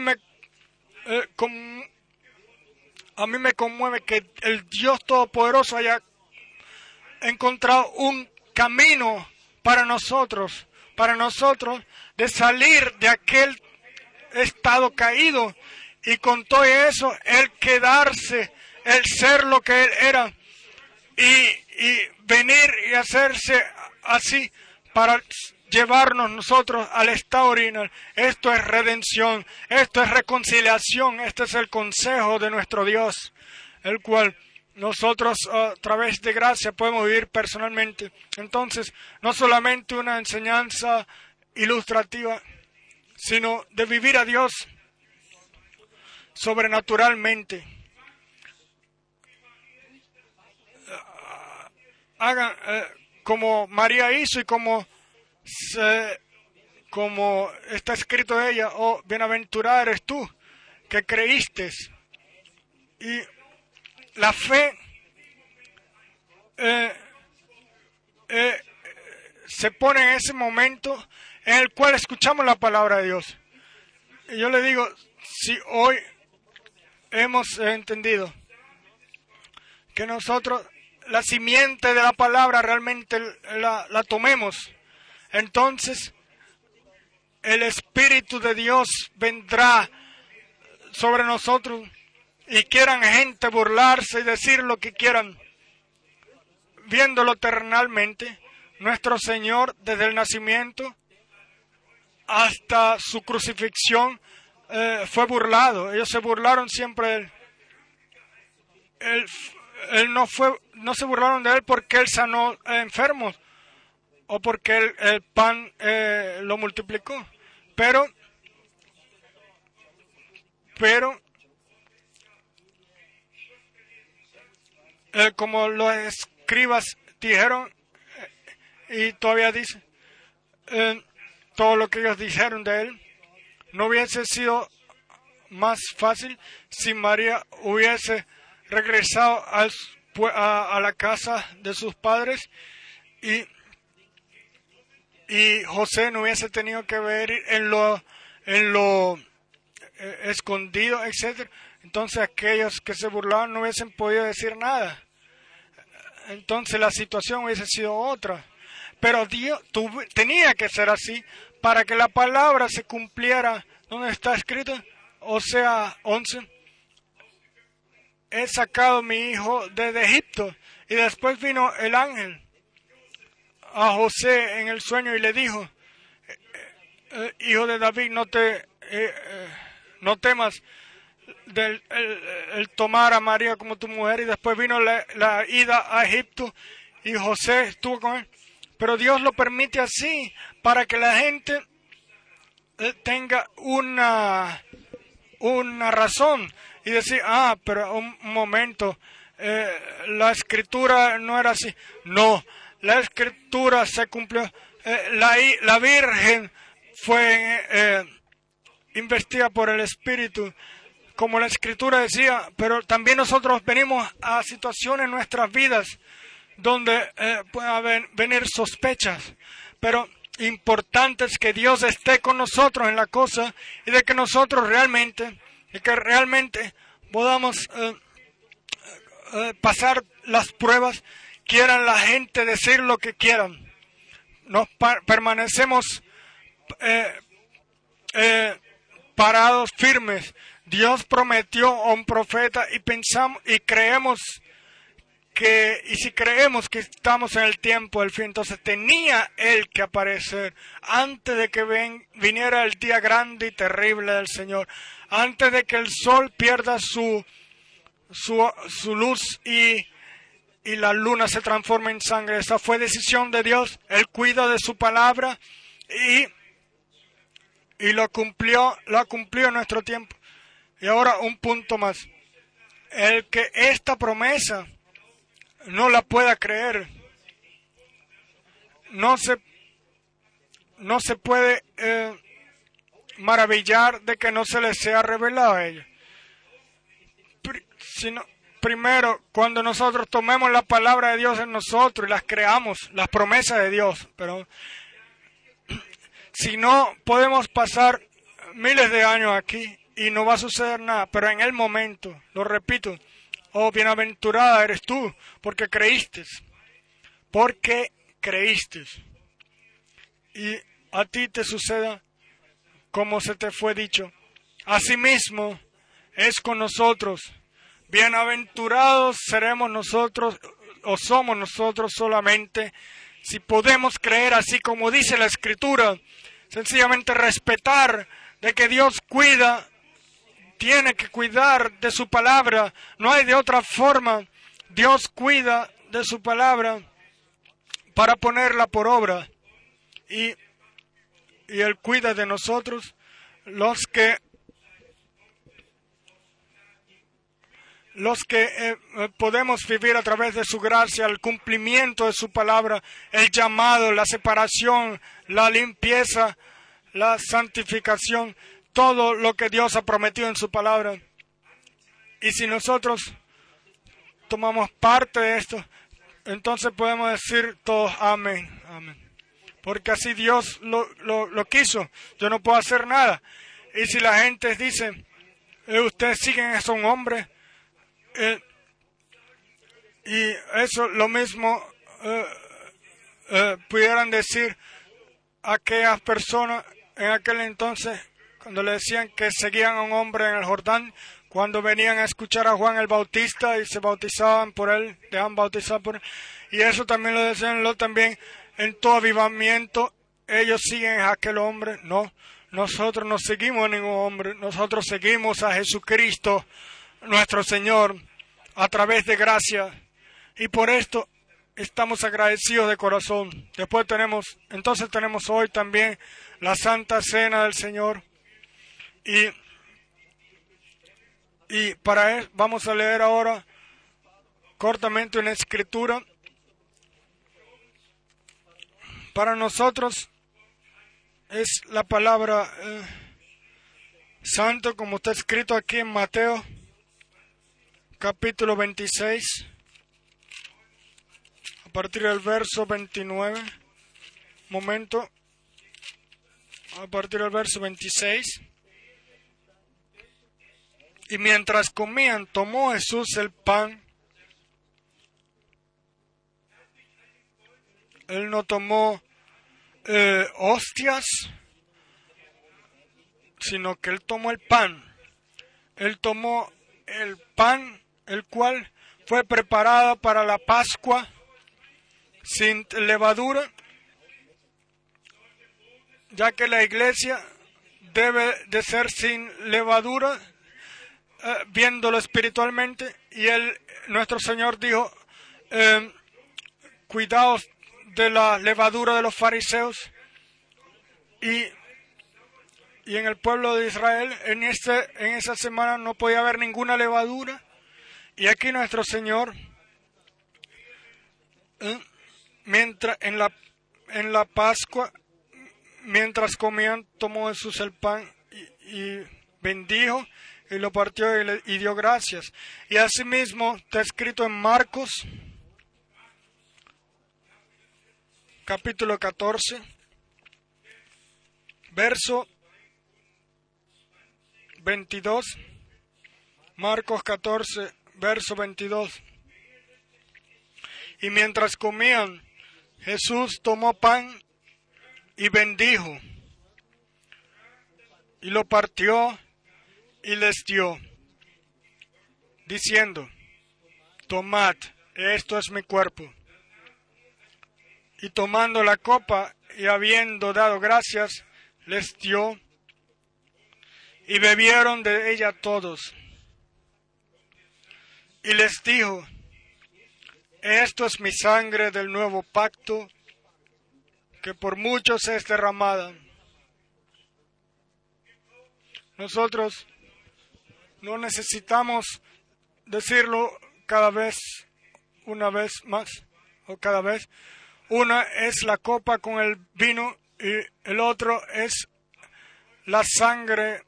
me conmueve que el Dios Todopoderoso haya encontrado un camino para nosotros de salir de aquel estado caído, y con todo eso Él quedarse, el ser lo que Él era, y venir y hacerse así para llevarnos nosotros al estado original. Esto es redención, esto es reconciliación, este es el consejo de nuestro Dios, el cual nosotros a través de gracia podemos vivir personalmente. Entonces, no solamente una enseñanza ilustrativa, sino de vivir a Dios sobrenaturalmente. Hagan como María hizo y como está escrito de ella: oh, bienaventurada eres tú que creíste. Y la fe se pone en ese momento en el cual escuchamos la palabra de Dios. Y yo le digo, si hoy hemos entendido que nosotros la simiente de la palabra realmente la tomemos, entonces el Espíritu de Dios vendrá sobre nosotros, y quieran gente burlarse y decir lo que quieran, viéndolo terrenalmente, nuestro Señor desde el nacimiento hasta su crucifixión fue burlado. Ellos se burlaron siempre de él. Él no se burlaron de él porque él sanó enfermos o porque el pan lo multiplicó, pero como los escribas dijeron, y todavía dicen, todo lo que ellos dijeron de él, no hubiese sido más fácil si María hubiese regresado a la casa de sus padres y José no hubiese tenido que ver en lo escondido, etc. Entonces aquellos que se burlaban no hubiesen podido decir nada. Entonces la situación hubiese sido otra. Pero Dios tenía que ser así para que la palabra se cumpliera donde está escrito, Oseas 11. He sacado a mi hijo desde Egipto. Y después vino el ángel a José en el sueño y le dijo: hijo de David, no temas el tomar a María como tu mujer. Y después vino la ida a Egipto y José estuvo con él. Pero Dios lo permite así para que la gente tenga una razón y decir: pero un momento, la escritura no era así. No, la escritura se cumplió. La Virgen fue investida por el Espíritu, como la escritura decía, pero también nosotros venimos a situaciones en nuestras vidas donde pueden venir sospechas, pero importante es que Dios esté con nosotros en la cosa y de que nosotros realmente podamos pasar las pruebas, quieran la gente decir lo que quieran, nos permanecemos parados firmes. Dios prometió a un profeta y pensamos y creemos si creemos que estamos en el tiempo del fin, entonces tenía Él que aparecer antes de que viniera el día grande y terrible del Señor, antes de que el sol pierda su luz y la luna se transforme en sangre. Esa fue decisión de Dios. Él cuida de su palabra y lo cumplió en nuestro tiempo. Y ahora un punto más. El que esta promesa no la pueda creer, no se puede maravillar de que no se le sea revelado a ella. Primero, cuando nosotros tomemos la palabra de Dios en nosotros y las creamos, las promesas de Dios, pero si no, podemos pasar miles de años aquí y no va a suceder nada, pero en el momento, lo repito, oh, bienaventurada eres tú, porque creíste. Y a ti te suceda como se te fue dicho. Asimismo, es con nosotros. Bienaventurados seremos nosotros, o somos nosotros solamente, si podemos creer así como dice la Escritura. Sencillamente respetar de que Dios tiene que cuidar de su palabra, no hay de otra forma. Dios cuida de su palabra para ponerla por obra y Él cuida de nosotros, los que podemos vivir a través de su gracia, el cumplimiento de su palabra, el llamado, la separación, la limpieza, la santificación, todo lo que Dios ha prometido en su palabra. Y si nosotros tomamos parte de esto, entonces podemos decir todos amén, amén. Porque así Dios lo quiso. Yo no puedo hacer nada. Y si la gente dice, ustedes siguen a un hombre, y eso lo mismo pudieran decir aquellas personas en aquel entonces, cuando le decían que seguían a un hombre en el Jordán, cuando venían a escuchar a Juan el Bautista y se bautizaban por él, dejaban bautizar por él. Y eso también lo decían también en todo avivamiento, ellos siguen a aquel hombre. No, nosotros no seguimos a ningún hombre, nosotros seguimos a Jesucristo, nuestro Señor, a través de gracia. Y por esto estamos agradecidos de corazón. Entonces tenemos hoy también la Santa Cena del Señor. Y para eso vamos a leer ahora cortamente una escritura. Para nosotros es la palabra santo, como está escrito aquí en Mateo, capítulo 26, a partir del verso 29. A partir del verso 26. Y mientras comían, tomó Jesús el pan. Él no tomó hostias, sino que Él tomó el pan. Él tomó el pan, el cual fue preparado para la Pascua sin levadura, ya que la iglesia debe de ser sin levadura, viéndolo espiritualmente. Y nuestro Señor dijo, cuidaos de la levadura de los fariseos. Y en el pueblo de Israel, en esa semana no podía haber ninguna levadura. Y aquí nuestro Señor, mientras en la Pascua, mientras comían, tomó Jesús el pan y bendijo y lo partió y dio gracias. Y asimismo está escrito en Marcos, capítulo 14, verso 22. Marcos 14, verso 22. Y mientras comían, Jesús tomó pan y bendijo, y lo partió y les dio, diciendo: tomad, esto es mi cuerpo. Y tomando la copa y habiendo dado gracias, les dio, y bebieron de ella todos. Y les dijo: esto es mi sangre del nuevo pacto, que por muchos es derramada. Nosotros no necesitamos decirlo una vez más, o cada vez. Una es la copa con el vino y el otro es la sangre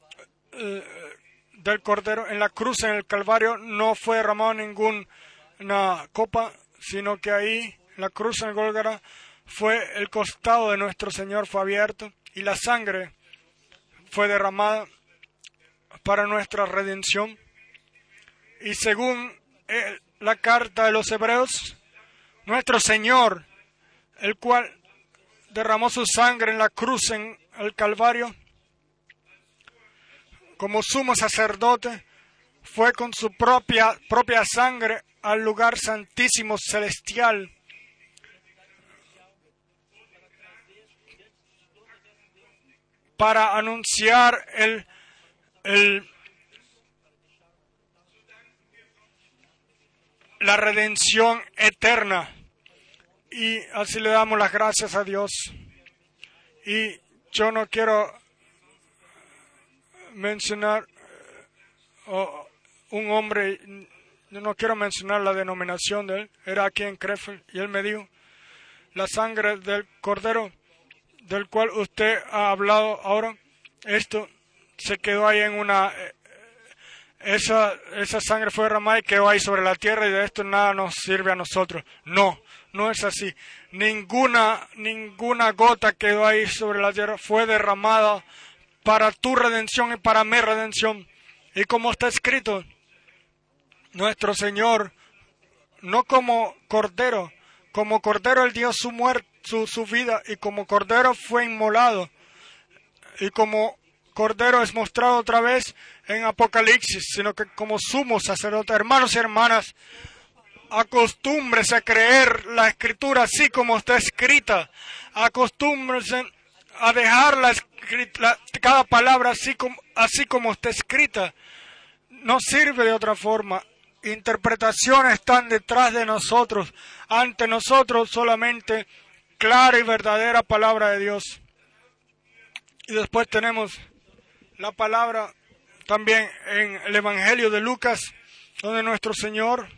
del Cordero. En la cruz, en el Calvario, no fue derramada ninguna copa, sino que ahí, en la cruz, en el Gólgota, fue el costado de nuestro Señor fue abierto y la sangre fue derramada para nuestra redención. Y según la carta de los Hebreos, nuestro Señor, el cual derramó su sangre en la cruz, en el Calvario, como sumo sacerdote, fue con su propia sangre al lugar santísimo celestial, para anunciar la redención eterna. Y así le damos las gracias a Dios. Y yo no quiero mencionar un hombre, yo no quiero mencionar la denominación de él, era aquí en Krefeld, y él me dijo: la sangre del Cordero del cual usted ha hablado ahora, esto se quedó ahí en esa sangre fue derramada y quedó ahí sobre la tierra, y de esto nada nos sirve a nosotros. No es así. Ninguna gota quedó ahí sobre la tierra, fue derramada para tu redención y para mi redención. Y como está escrito, nuestro Señor, no como cordero Él dio su muerte, su vida, y como cordero fue inmolado, y como cordero es mostrado otra vez en Apocalipsis, sino que como sumo sacerdote. Hermanos y hermanas, acostúmbrese a creer la Escritura así como está escrita. Acostúmbrese a dejar cada palabra así como está escrita. No sirve de otra forma. Interpretaciones están detrás de nosotros. Ante nosotros solamente clara y verdadera palabra de Dios. Y después tenemos la palabra también en el Evangelio de Lucas, donde nuestro Señor,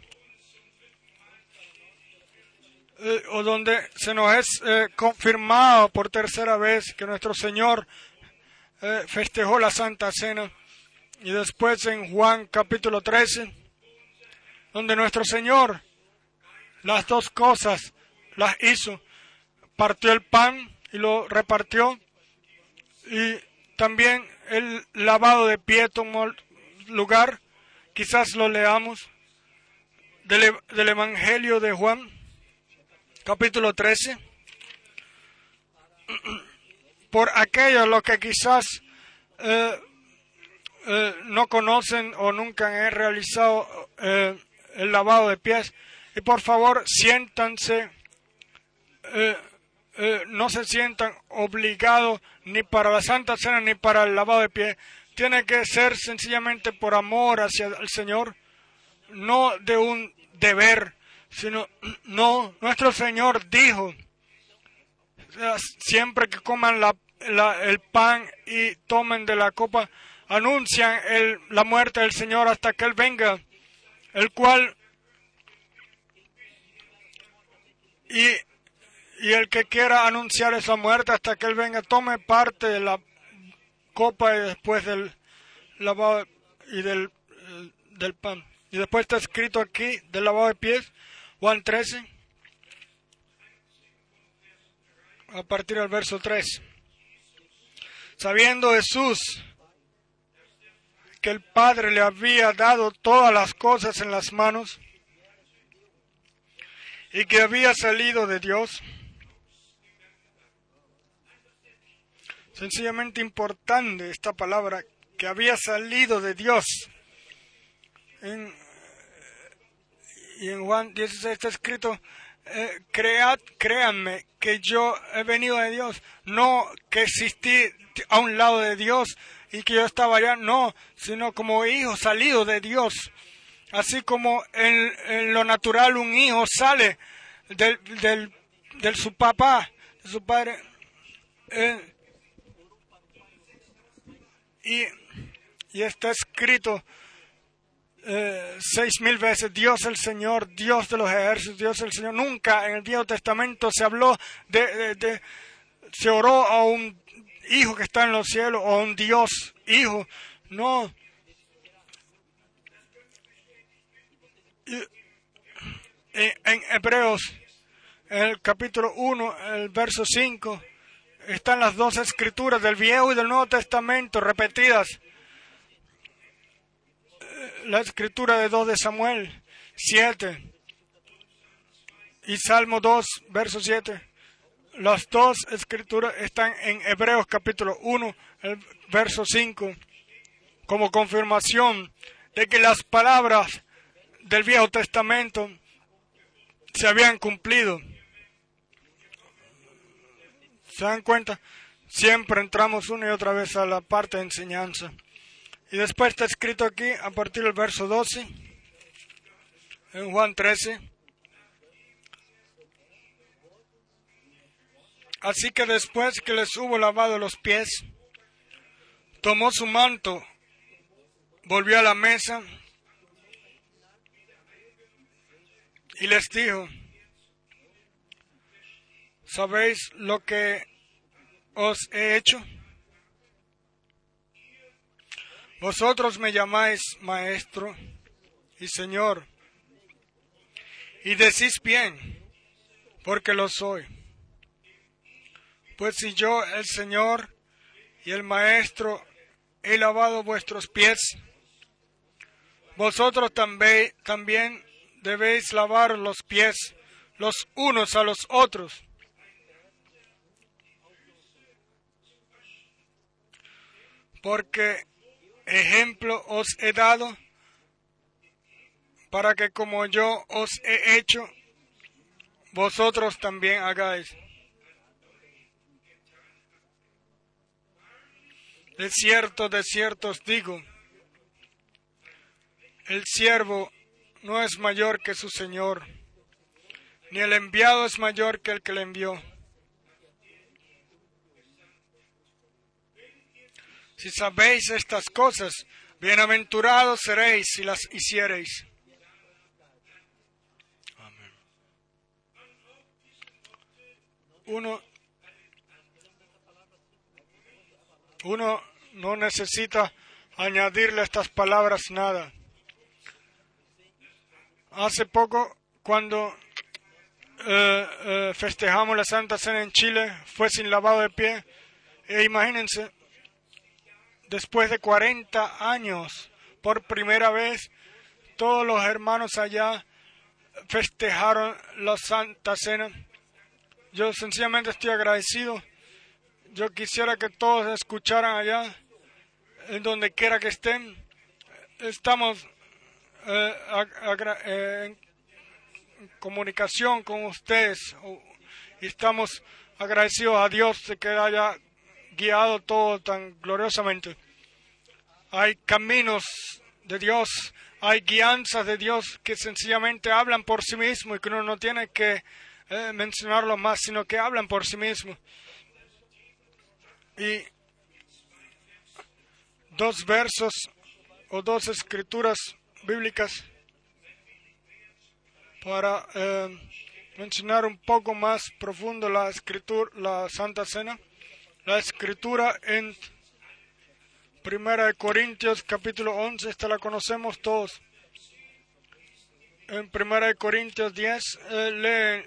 o donde se nos es confirmado por tercera vez que nuestro Señor festejó la Santa Cena. Y después en Juan capítulo 13, donde nuestro Señor las dos cosas las hizo. Partió el pan y lo repartió, y también el lavado de pie tomó lugar. Quizás lo leamos del Evangelio de Juan, capítulo 13. Por aquellos los que quizás no conocen o nunca han realizado el lavado de pies, y por favor siéntanse. No se sientan obligados ni para la Santa Cena ni para el lavado de pies. Tiene que ser sencillamente por amor hacia el Señor, no de un deber, sino, no, nuestro Señor dijo: siempre que coman el pan y tomen de la copa, anuncian la muerte del Señor hasta que Él venga, el cual, y el que quiera anunciar esa muerte hasta que Él venga, tome parte de la copa y después del lavado y del pan. Y después está escrito aquí del lavado de pies, Juan 13, a partir del verso 3. Sabiendo Jesús que el Padre le había dado todas las cosas en las manos, y que había salido de Dios. Sencillamente importante esta palabra, que había salido de Dios. Y en Juan 16 está escrito, créanme que yo he venido de Dios, no que existí a un lado de Dios y que yo estaba allá, no, sino como hijo salido de Dios. Así como en lo natural un hijo sale de su papá, de su padre, y está escrito 6,000 veces, Dios el Señor, Dios de los ejércitos, Dios el Señor. Nunca en el Viejo Testamento se habló se oró a un hijo que está en los cielos, o a un Dios hijo, no. En Hebreos, en el capítulo 1, el verso 5, están las dos escrituras del Viejo y del Nuevo Testamento repetidas. La escritura de 2 de Samuel 7 y Salmo 2, verso 7. Las dos escrituras están en Hebreos capítulo 1, el verso 5, como confirmación de que las palabras del Viejo Testamento se habían cumplido. ¿Se dan cuenta? Siempre entramos una y otra vez a la parte de enseñanza. Y después está escrito aquí, a partir del verso 12, en Juan 13. Así que después que les hubo lavado los pies, tomó su manto, volvió a la mesa y les dijo, ¿sabéis lo que os he hecho? Vosotros me llamáis Maestro y Señor, y decís bien, porque lo soy. Pues si yo, el Señor y el Maestro, he lavado vuestros pies, vosotros también debéis lavar los pies los unos a los otros. Porque ejemplo os he dado para que como yo os he hecho, vosotros también hagáis. De cierto os digo, el siervo no es mayor que su Señor, ni el enviado es mayor que el que le envió. Si sabéis estas cosas, bienaventurados seréis si las hiciereis. Amén. Uno no necesita añadirle a estas palabras nada. Hace poco, cuando festejamos la Santa Cena en Chile, fue sin lavado de pie. E imagínense, después de 40 años, por primera vez, todos los hermanos allá festejaron la Santa Cena. Yo sencillamente estoy agradecido. Yo quisiera que todos escucharan allá, en donde quiera que estén. Estamos en comunicación con ustedes y estamos agradecidos a Dios de que haya guiado todo tan gloriosamente. Hay caminos de Dios, hay guianzas de Dios que sencillamente hablan por sí mismos y que uno no tiene que mencionarlo más, sino que hablan por sí mismos. Y 2 versos o 2 escrituras bíblicas para mencionar un poco más profundo la Santa Cena. La escritura en 1 Corintios capítulo 11, esta la conocemos todos. En 1 Corintios 10 leen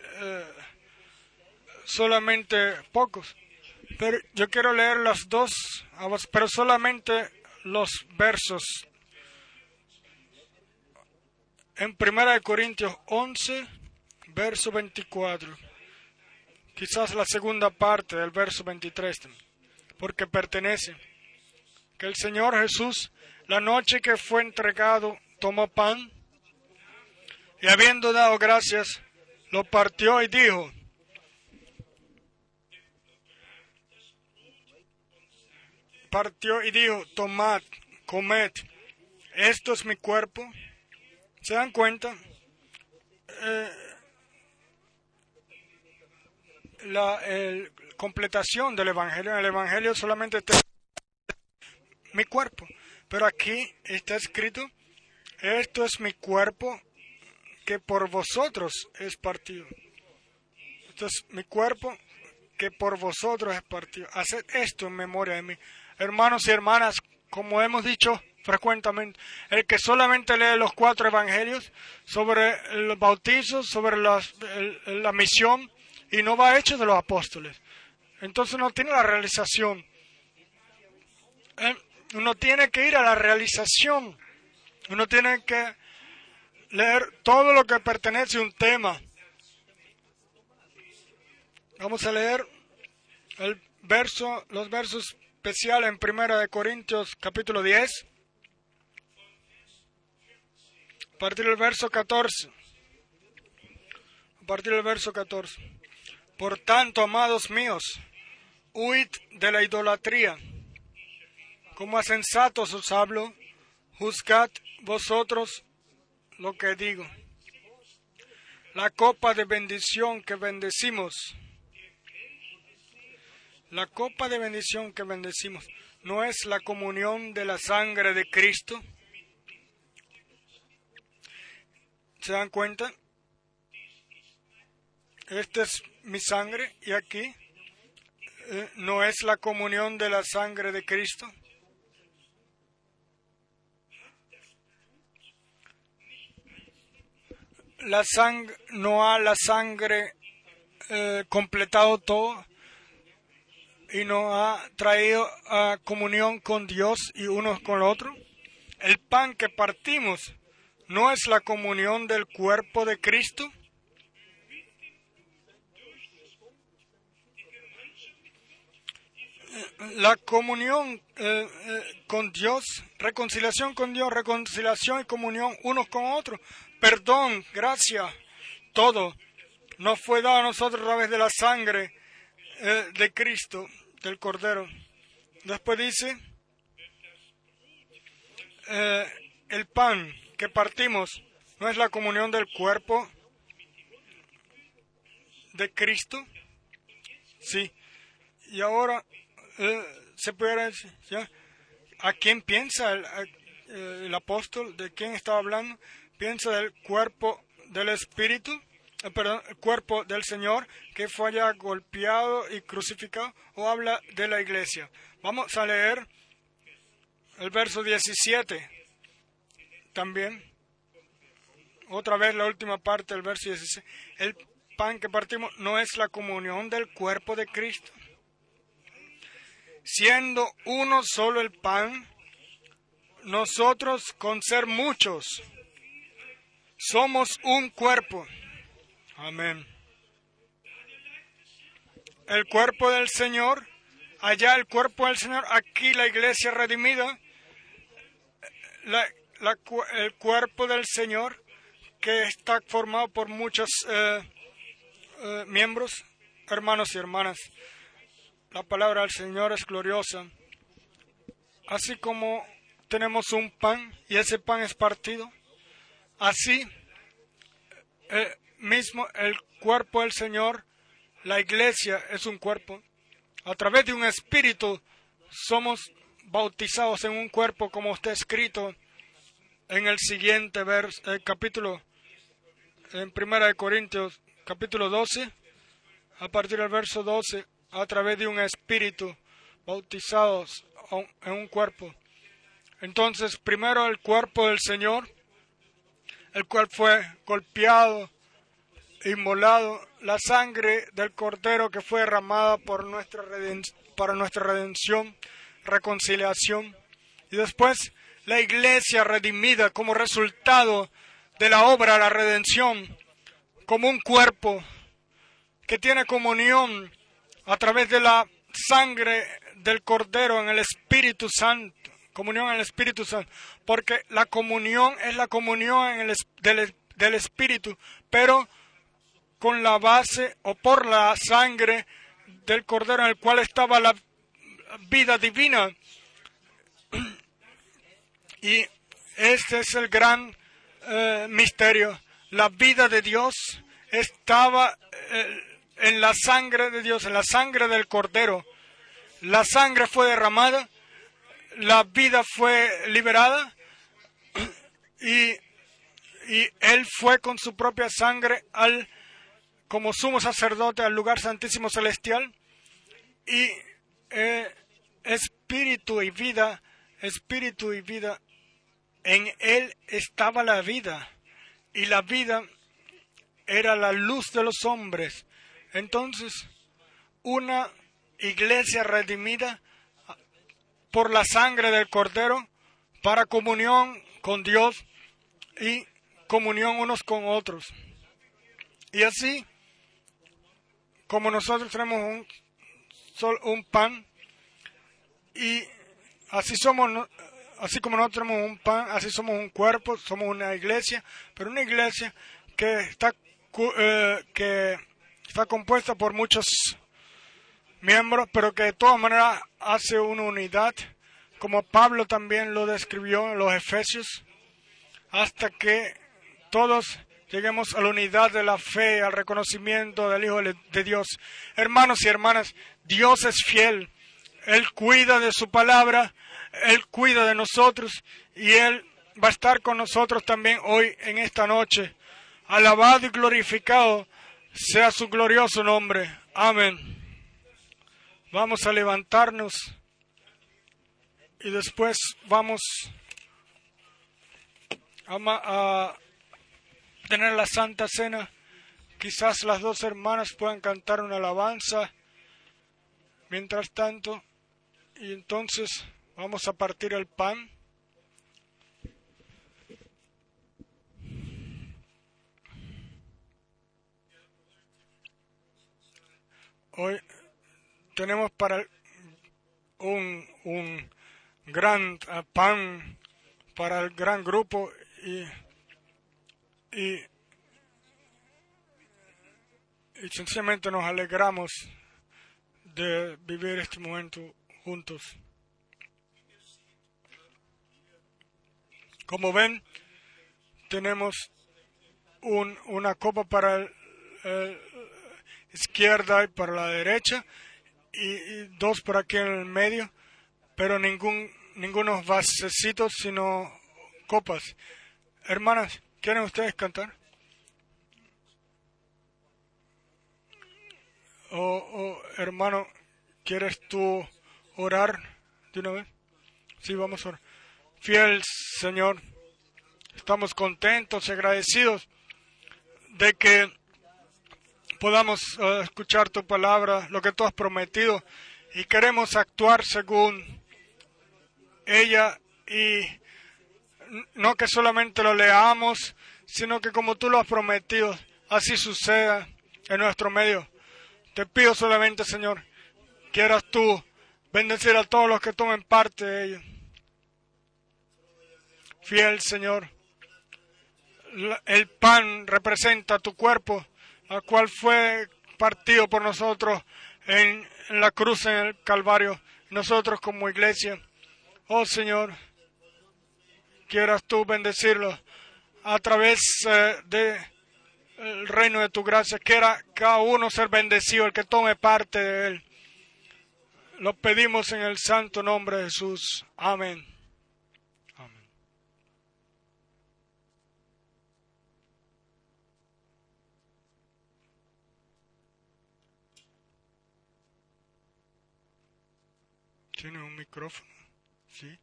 solamente pocos. Pero yo quiero leer las dos, pero solamente los versos. En 1 Corintios 11, verso 24. Quizás la segunda parte del verso 23, porque pertenece. Que el Señor Jesús, la noche que fue entregado, tomó pan y habiendo dado gracias, lo partió y dijo: tomad, comed, esto es mi cuerpo. ¿Se dan cuenta? La completación del Evangelio. En el Evangelio solamente está mi cuerpo, pero aquí está escrito: esto es mi cuerpo que por vosotros es partido. Esto es mi cuerpo que por vosotros es partido. Haced esto en memoria de mí. Hermanos y hermanas, como hemos dicho frecuentemente, el que solamente lee los 4 evangelios sobre el bautizo, sobre la misión, y no va a Hechos de los Apóstoles, entonces no tiene la realización. Uno tiene que ir a la realización. Uno tiene que leer todo lo que pertenece a un tema. Vamos a leer los versos especiales en 1 Corintios capítulo 10, a partir del verso 14. Por tanto, amados míos, huid de la idolatría. Como a sensatos os hablo, juzgad vosotros lo que digo. La copa de bendición que bendecimos, ¿no es la comunión de la sangre de Cristo? ¿Se dan cuenta? Esta es mi sangre y aquí ¿no es la comunión de la sangre de Cristo? ¿No ha la sangre completado todo y no ha traído comunión con Dios y unos con el otro? El pan que partimos, ¿no es la comunión del cuerpo de Cristo? La comunión con Dios, reconciliación con Dios, reconciliación y comunión unos con otros, perdón, gracia, todo nos fue dado a nosotros a través de la sangre de Cristo, del Cordero. Después dice, el pan que partimos, ¿no es la comunión del cuerpo de Cristo? Sí. Y ahora se puede decir, ¿ya? ¿A quién piensa el apóstol? ¿De quién estaba hablando? Piensa del cuerpo del Espíritu, el cuerpo del Señor que fue allá golpeado y crucificado, o habla de la iglesia. Vamos a leer el verso 17 también. Otra vez la última parte del verso 16. El pan que partimos no es la comunión del cuerpo de Cristo. Siendo uno solo el pan, nosotros con ser muchos somos un cuerpo. Amén. El cuerpo del Señor, allá el cuerpo del Señor, aquí la iglesia redimida, el cuerpo del Señor que está formado por muchos miembros, hermanos y hermanas. La palabra del Señor es gloriosa. Así como tenemos un pan y ese pan es partido, así mismo el cuerpo del Señor, la iglesia es un cuerpo. A través de un espíritu somos bautizados en un cuerpo, como está escrito en el siguiente capítulo, en 1 Corintios capítulo 12, a partir del verso 12, a través de un espíritu bautizados en un cuerpo. Entonces, primero el cuerpo del Señor, el cual fue golpeado, inmolado, la sangre del Cordero que fue derramada para nuestra redención, reconciliación, y después la iglesia redimida como resultado de la obra de la redención, como un cuerpo que tiene comunión a través de la sangre del Cordero en el Espíritu Santo. Comunión en el Espíritu Santo. Porque la comunión es la comunión del Espíritu, pero con la base o por la sangre del Cordero en el cual estaba la vida divina. Y este es el gran misterio. La vida de Dios estaba en la sangre de Dios, en la sangre del Cordero. La sangre fue derramada, la vida fue liberada y Él fue con su propia sangre como sumo sacerdote al lugar santísimo celestial. Y espíritu y vida, en Él estaba la vida, y la vida era la luz de los hombres. Entonces, una iglesia redimida por la sangre del Cordero, para comunión con Dios y comunión unos con otros. Y así, como nosotros tenemos un pan, y así como nosotros tenemos un pan, así somos un cuerpo, somos una iglesia, pero una iglesia que está compuesta por muchos miembros, pero que de todas maneras hace una unidad, como Pablo también lo describió en los Efesios, hasta que todos lleguemos a la unidad de la fe, al reconocimiento del Hijo de Dios. Hermanos y hermanas, Dios es fiel. Él cuida de su palabra, Él cuida de nosotros, y Él va a estar con nosotros también hoy en esta noche. Alabado y glorificado sea su glorioso nombre. Amén. Vamos a levantarnos y después vamos a tener la Santa Cena. Quizás las dos hermanas puedan cantar una alabanza mientras tanto, y entonces vamos a partir el pan. Hoy tenemos para un gran pan para el gran grupo, y sencillamente nos alegramos de vivir este momento juntos. Como ven, tenemos una copa para la izquierda y para la derecha, y dos por aquí en el medio, pero ningunos vasecitos, sino copas. Hermanas, ¿quieren ustedes cantar? Hermano, ¿quieres tú orar de una vez? Sí, vamos a orar. Fiel Señor, estamos contentos y agradecidos de que podamos escuchar tu palabra, lo que tú has prometido, y queremos actuar según ella, y no que solamente lo leamos, sino que como tú lo has prometido, así suceda en nuestro medio. Te pido solamente, Señor, quieras tú bendecir a todos los que tomen parte de ello. Fiel Señor, el pan representa tu cuerpo, el cual fue partido por nosotros en la cruz, en el Calvario, nosotros como iglesia. Oh Señor, quieras tú bendecirlo a través del reino de tu gracia. Quiera cada uno ser bendecido, el que tome parte de él. Lo pedimos en el santo nombre de Jesús. Amén. Amén. ¿Tiene un micrófono? Sí.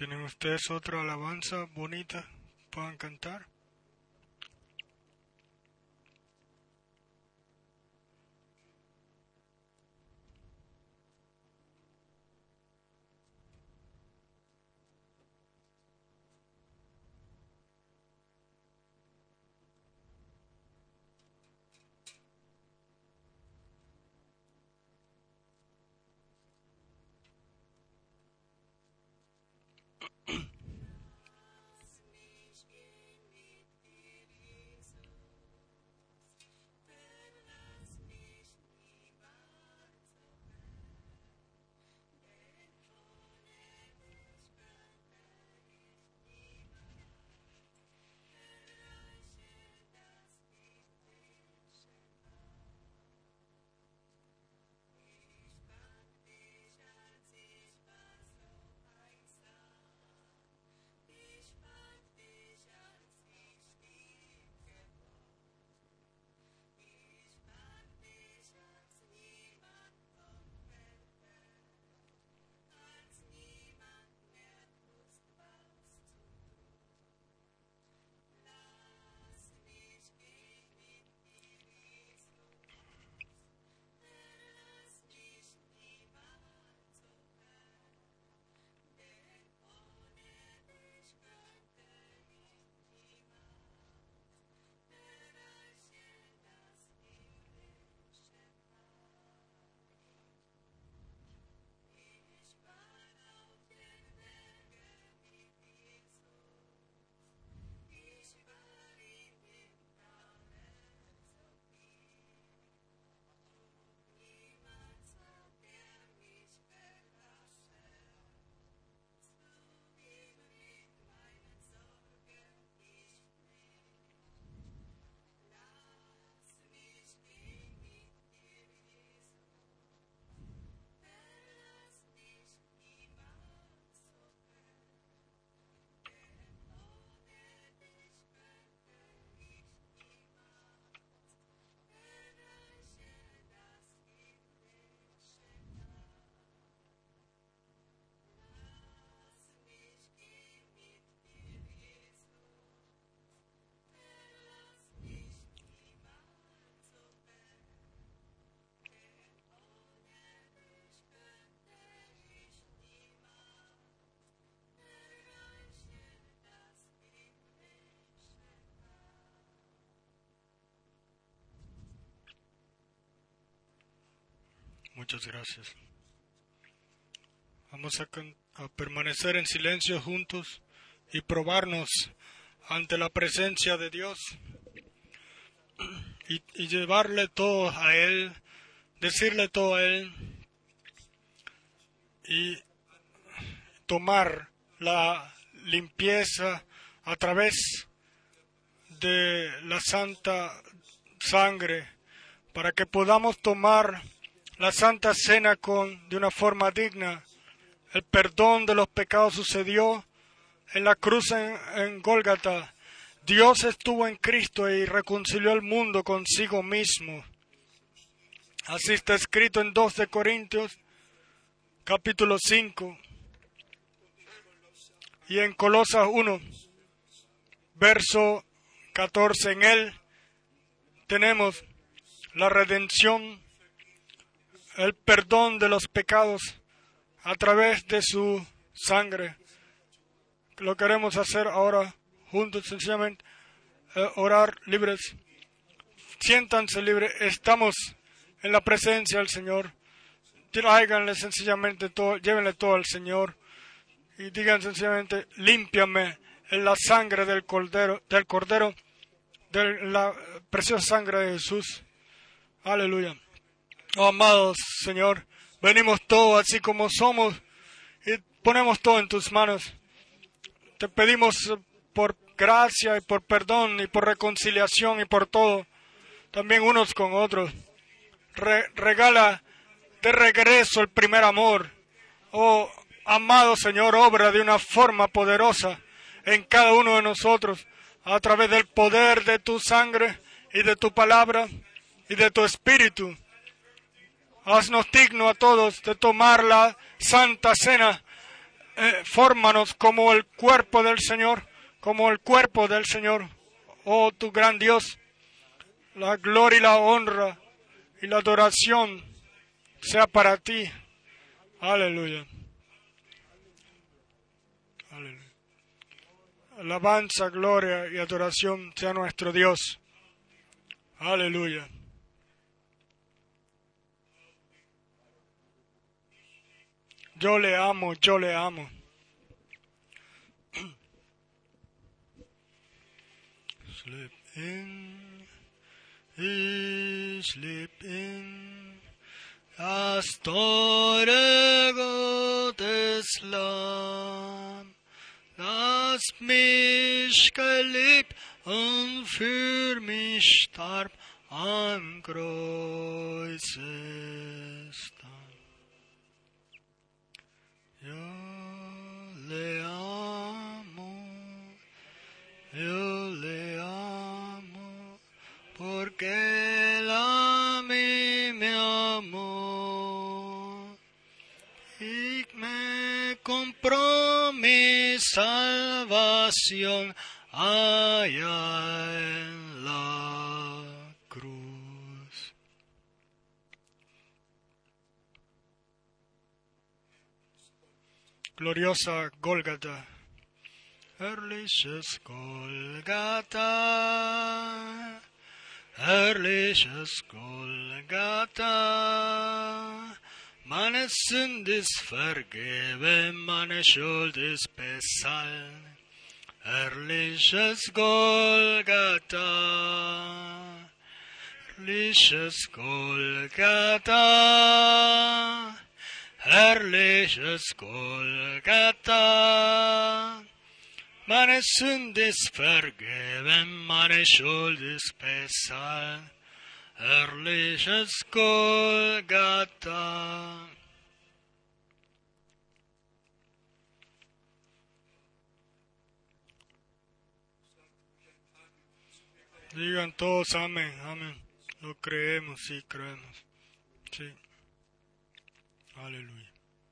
¿Tienen ustedes otra alabanza bonita? ¿Pueden cantar? Muchas gracias. Vamos a permanecer en silencio juntos y probarnos ante la presencia de Dios y llevarle todo a Él, decirle todo a Él y tomar la limpieza a través de la santa sangre para que podamos tomar la Santa Cena de una forma digna. El perdón de los pecados sucedió en la cruz en Gólgata. Dios estuvo en Cristo y reconcilió el mundo consigo mismo. Así está escrito en 2 de Corintios, capítulo 5, y en Colosas 1, verso 14. En Él tenemos la redención, el perdón de los pecados a través de su sangre. Lo queremos hacer ahora juntos, sencillamente, orar libres. Siéntanse libres, estamos en la presencia del Señor. Tráiganle sencillamente todo, llévenle todo al Señor y digan sencillamente: límpiame en la sangre del Cordero, de la preciosa sangre de Jesús. Aleluya. Oh, amados Señor, venimos todos así como somos y ponemos todo en tus manos. Te pedimos por gracia y por perdón y por reconciliación y por todo, también unos con otros. Regala de regreso el primer amor. Oh, amado Señor, obra de una forma poderosa en cada uno de nosotros a través del poder de tu sangre y de tu palabra y de tu espíritu. Haznos dignos a todos de tomar la Santa Cena fórmanos como el cuerpo del Señor, como el cuerpo del Señor. Oh, tu gran Dios, la gloria y la honra y la adoración sea para ti. Aleluya. Aleluya. Alabanza, gloria y adoración sea nuestro Dios. Aleluya. Yo le amo, yo le amo. Slip in, slip in, das teure Gottes Lamm, das mich geliebt und für mich starb am Kreuz. Yo le amo, porque Él a mí me amó y me compró mi salvación allá en la cruz. Gloriosa Gólgata. Herrliches Golgatha, herrliches Golgatha, meine Sünde ist vergeben, meine Schuld ist bezahlt. Herrliches Golgatha, herrliches Golgatha, herrliches Golgatha. Meine Sünde ist vergeben, meine Schuld ist bezahlt. Herrliches Golgatha. Digan todos amén, amén. Lo creemos, sí, creemos. Sí. Aleluya.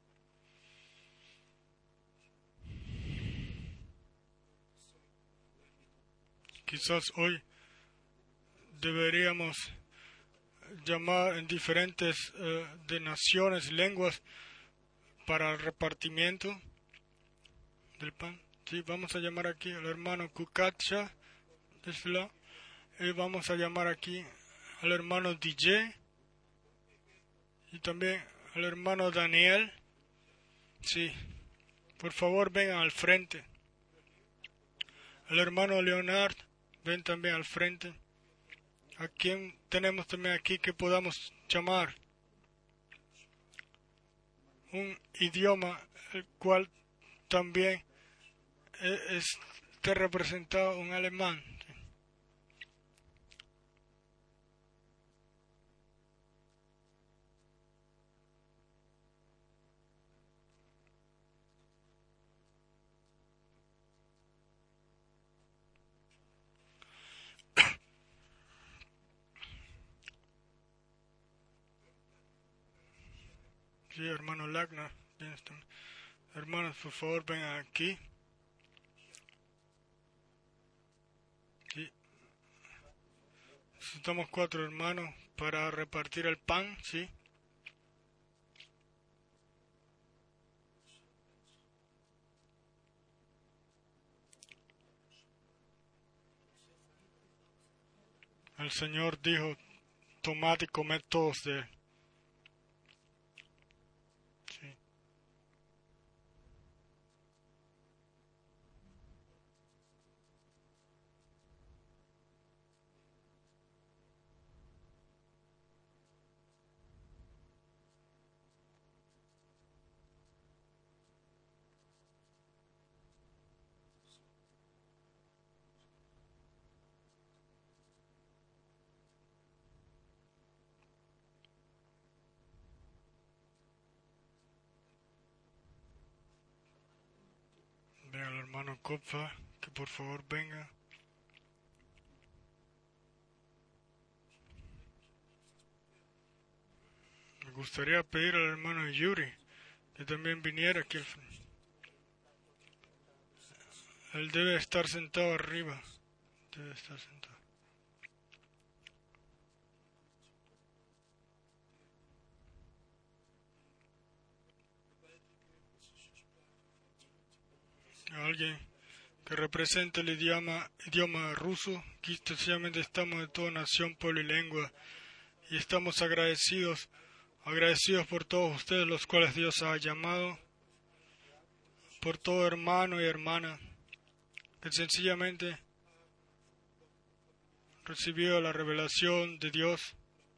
Quizás hoy deberíamos llamar en diferentes de naciones, lenguas, para el repartimiento del pan. Sí, vamos a llamar aquí al hermano Kukacha de Sla, y vamos a llamar aquí al hermano DJ y también al hermano Daniel. Sí, por favor vengan al frente. Al hermano Leonard, ven también al frente. ¿A quién tenemos también aquí que podamos llamar? Un idioma el cual también esté representado un alemán. Sí, hermano Lagna. Bien, hermanos, por favor, vengan aquí. Sí. Necesitamos 4 hermanos para repartir el pan, ¿sí? El Señor dijo, tomad y comed todos de él. Sí. Ven al hermano Kopfa, que por favor venga. Me gustaría pedir al hermano Yuri que también viniera aquí al frente. Él debe estar sentado arriba. Debe estar sentado. Alguien que represente el idioma ruso, que sencillamente estamos de toda nación, pueblo y lengua, y estamos agradecidos por todos ustedes, los cuales Dios ha llamado, por todo hermano y hermana, que sencillamente recibió la revelación de Dios.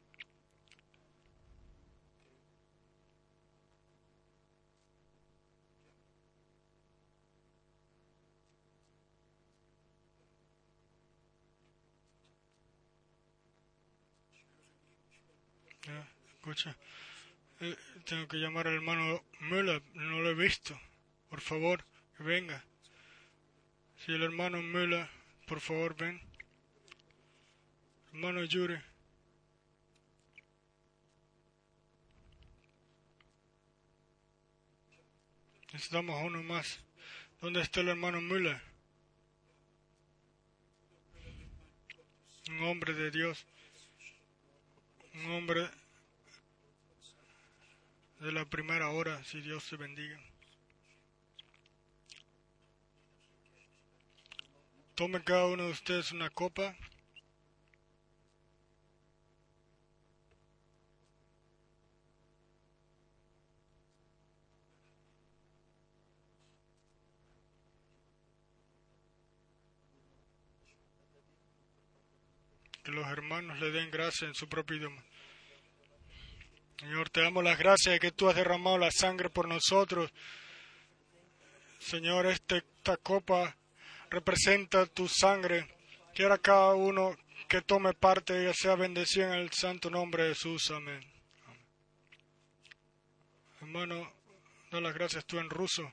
Escucha, tengo que llamar al hermano Müller, no lo he visto. Por favor, que venga. Si el hermano Müller, por favor, ven. Hermano Yuri. Necesitamos uno más. ¿Dónde está el hermano Müller? Un hombre de Dios. Un hombre de la primera hora, si Dios te bendiga. Tome cada uno de ustedes una copa. Que los hermanos le den gracia en su propio idioma. Señor, te damos las gracias de que tú has derramado la sangre por nosotros. Señor, esta copa representa tu sangre. Quiera cada uno que tome parte y sea bendecido en el santo nombre de Jesús. Amén. Hermano, da las gracias tú en ruso.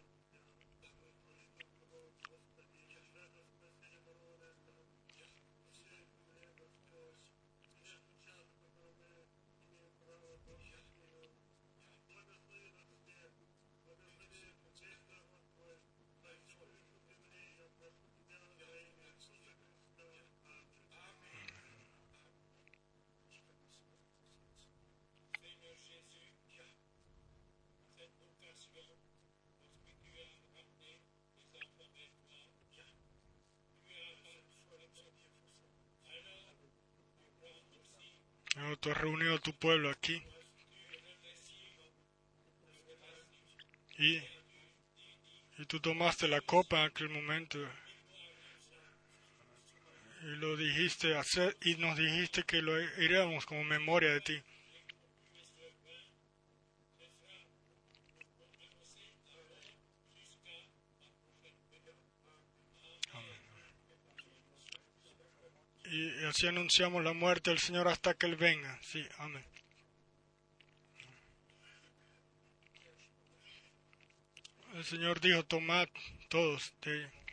Señor, tú has reunido a tu pueblo aquí. Y tú tomaste la copa en aquel momento y lo dijiste hacer y nos dijiste que lo haríamos como memoria de ti. Y así anunciamos la muerte del Señor hasta que Él venga. Sí, amén. El Señor dijo, tomad todos de